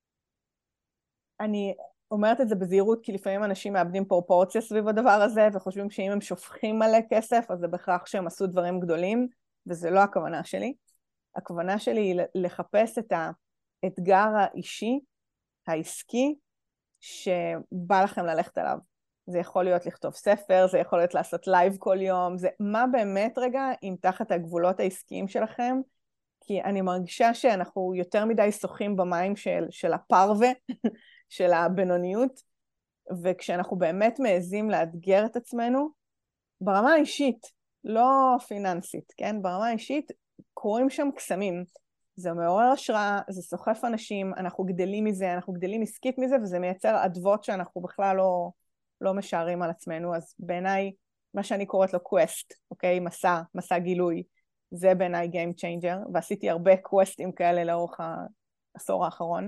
אני אומרת את זה בזהירות, כי לפעמים אנשים מאבדים פרופורציה סביב הדבר הזה, וחושבים שאם הם שופכים מלא כסף, אז זה בכך שהם עשו דברים גדולים, וזה לא הכוונה שלי. הכוונה שלי היא לחפש את האתגר האישי, העסקי שבא לכם ללכת עליו. זה יכול להיות לכתוב ספר, זה יכול להיות לעשות לייב כל יום, זה מה באמת רגע אם תחת הגבולות העסקיים שלכם, כי אני מרגישה שאנחנו יותר מדי שוחים במים של הפרווה, של הבינוניות, וכשאנחנו באמת מעזים לאתגר את עצמנו, ברמה האישית, לא פיננסית, כן? ברמה האישית קוראים שם קסמים, זה מעורר השראה, זה סוחף אנשים, אנחנו גדלים מזה, אנחנו גדלים עסקית מזה, וזה מייצר עדבות שאנחנו בכלל לא משערים על עצמנו, אז בעיניי, מה שאני קוראת לו קווסט, אוקיי? מסע גילוי, זה בעיניי Game Changer, ועשיתי הרבה קווסטים כאלה לאורך העשור האחרון.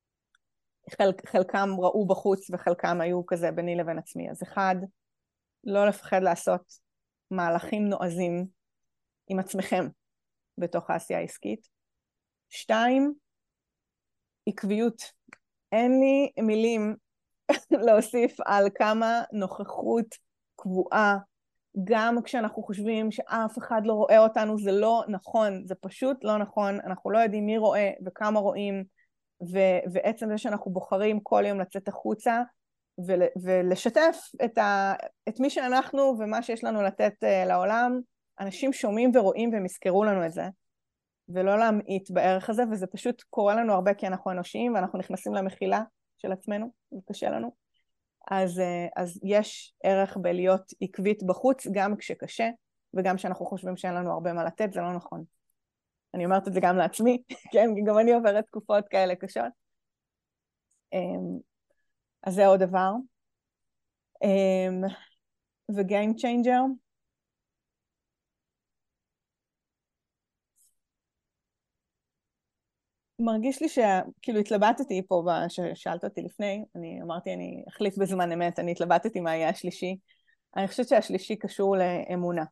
חלקם ראו בחוץ וחלקם היו כזה ביני לבין עצמי. אז אחד, לא לפחד לעשות מהלכים נועזים עם עצמכם בתוך העשייה העסקית. 2, עקביות. אין לי מילים להוסיף על כמה נוכחות קבועה, גם כשאנחנו חושבים שאף אחד לא רואה אותנו, זה לא נכון, זה פשוט לא נכון, אנחנו לא יודעים מי רואה וכמה רואים, ועצם זה שאנחנו בוחרים כל יום לצאת החוצה, ולשתף את מי שאנחנו ומה שיש לנו לתת לעולם, אנשים שומעים ורואים והם יזכרו לנו את זה, ולא להמעיט בערך הזה, וזה פשוט קורה לנו הרבה כי אנחנו אנושיים, ואנחנו נכנסים למחילה של עצמנו, זה קשה לנו. אז יש ערך בלהיות עקבית בחוץ, גם כשקשה, וגם כשאנחנו חושבים שאין לנו הרבה מה לתת, זה לא נכון. אני אומרת את זה גם לעצמי, כן, גם אני עוברת תקופות כאלה קשות. אז זה עוד דבר. ו-Game Changer. מרגיש לי שכאילו התלבטתי פה, ששאלת אותי לפני, אני אמרתי אני אחליף בזמן אמת, אני התלבטתי מה יהיה השלישי. אני חושבת שהשלישי קשור לאמונה.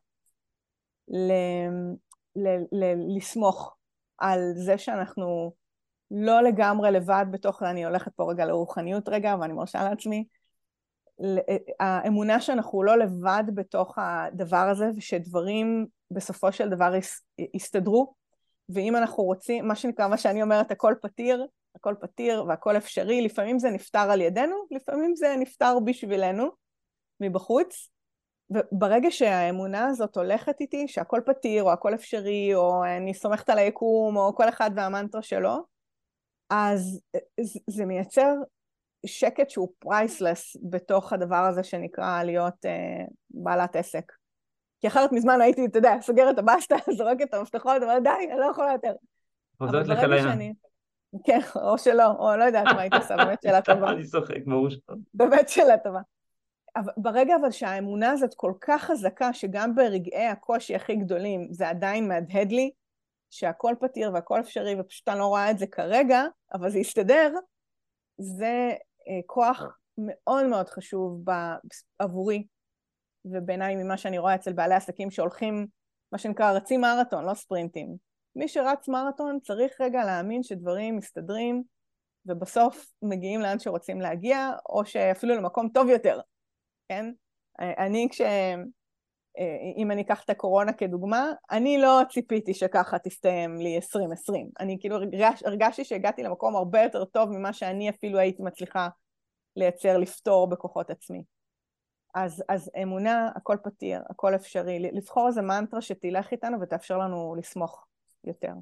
לסמוך על זה שאנחנו לא לגמרי לבד בתוך, אני הולכת פה רגע לרוחניות רגע, ואני מרשה לעצמי, האמונה שאנחנו לא לבד בתוך הדבר הזה, ושדברים בסופו של דבר יסתדרו, ואם אנחנו רוצים, מה שנקרא, מה שאני אומרת, הכל פתיר והכל אפשרי, לפעמים זה נפטר על ידינו, לפעמים זה נפטר בשבילנו, מבחוץ, וברגע שהאמונה הזאת הולכת איתי, שהכל פתיר, או הכל אפשרי, או אני סומכת על היקום, או כל אחד והמנטרה שלו, אז זה מייצר שקט שהוא פרייסלס בתוך הדבר הזה שנקרא להיות בעלת עסק. כי אחרת מזמן הייתי, אתה יודע, סוגרת הבסטה, זורקת את המפתחות, אבל די, אני לא יכולה יותר. חוזרת לחליה. כן, או שלא, או לא יודעת מה היית עושה, באמת שאלה טובה. אני שוחק, ברור שלא. באמת שאלה טובה. ברגע אבל שהאמונה הזאת כל כך חזקה, שגם ברגעי הקושי הכי גדולים, זה עדיין מהדהד לי, שהכל פתיר והכל אפשרי, ופשוט אני לא רואה את זה כרגע, אבל זה יסתדר, זה כוח מאוד מאוד חשוב עבורי, ובעיניי ממה שאני רואה אצל בעלי עסקים שהולכים, מה שנקרא, רצים מרתון, לא ספרינטים. מי שרץ מרתון צריך רגע להאמין שדברים מסתדרים, ובסוף מגיעים לאן שרוצים להגיע, או שאפילו למקום טוב יותר, כן? אני אם אני אקח את הקורונה כדוגמה, אני לא ציפיתי שככה תסתיים לי 2020. אני כאילו הרגשתי שהגעתי למקום הרבה יותר טוב ממה שאני אפילו הייתי מצליחה לייצר, לפתור בכוחות עצמי. אז אמונה, הכל פתיר, הכל אפשרי. לבחור איזה מנטרה שתלך איתנו ותאפשר לנו לסמוך יותר.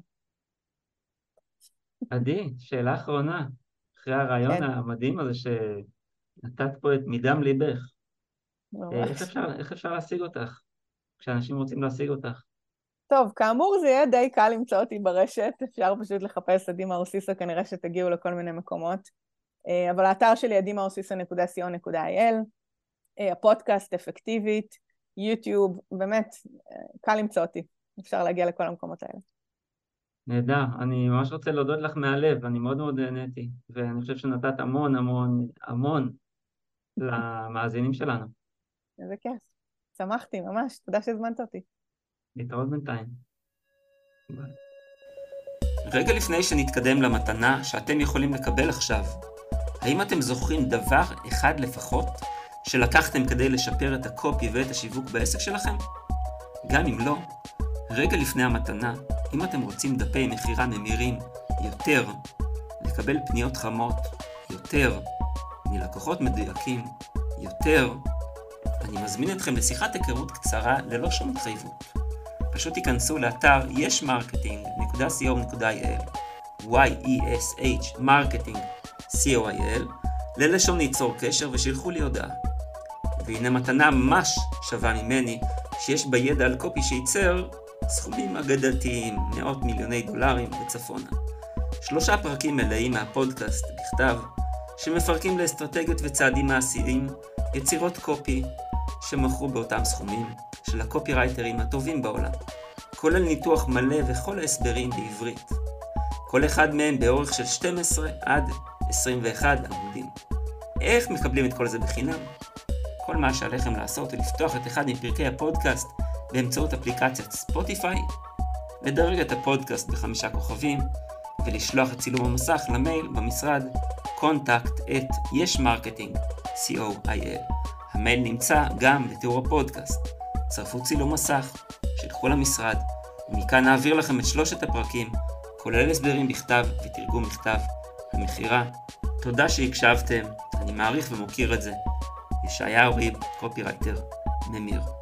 עדי, שאלה אחרונה. אחרי הרעיון המדהים הזה שנתת פה את מדם ליבך. איך אפשר להשיג אותך? כשאנשים רוצים להשיג אותך. טוב, כאמור זה יהיה די קל למצוא אותי ברשת. אפשר פשוט לחפש עדי מאורסיסו, כנראה שתגיעו לכל מיני מקומות. אבל האתר שלי adimaorsiso.co.il. הפודקאסט אפקטיבית, יוטיוב, באמת, קל למצוא אותי. אפשר להגיע לכל המקומות האלה. נהדר, אני ממש רוצה להודות לך מהלב, אני מאוד מאוד נהניתי, ואני חושב שנתת המון המון המון למאזינים שלנו. איזה כיף, שמחתי ממש, תודה שהזמנת אותי. להתראות בינתיים. רגע לפני שנתקדם למתנה שאתם יכולים לקבל עכשיו, האם אתם זוכרים דבר אחד לפחות שלקחתם כדי לשפר את הקופי ואת השיווק בעסק שלכם? גם אם לא, רגע לפני המתנה, אם אתם רוצים דפי מחירה ממירים יותר, לקבל פניות חמות יותר מלקוחות מדויקים יותר, אני מזמין אתכם לשיחת היכרות קצרה ללא שום התחייבות. פשוט תיכנסו לאתר yeshmarketing.co.il yeshmarketing.co.il ללשון ליצור קשר ושילחו לי הודעה. והנה מתנה ממש שווה ממני שיש בידע על קופי שייצר סכומים אגדתיים, מאות מיליוני דולרים וצפונה. 3 פרקים מלאים מהפודקאסט בכתב שמפרקים לאסטרטגיות וצעדים מעשיים יצירות קופי שמכרו באותם סכומים של הקופירייטרים הטובים בעולם, כולל ניתוח מלא וכל ההסברים בעברית. כל אחד מהם באורך של 12 עד 21 עמודים. איך מקבלים את כל זה בחינם? כל מה שעליכם לעשות הוא לפתוח את אחד מפרקי הפודקאסט באמצעות אפליקציית ספוטיפיי, לדרג את הפודקאסט ב5 כוכבים, ולשלוח את צילום המסך למייל במשרד contact@yeshmarketing.co.il. המייל נמצא גם בתיאור הפודקאסט. צרפו צילום מסך, שלחו למשרד, ומכאן נעביר לכם את 3 הפרקים, כולל הסברים בכתב ותרגום מכתב המכירה. תודה שהקשבתם, אני מעריך ומוקיר את זה. ישעיהו ריב, קופירייטר, ממיר.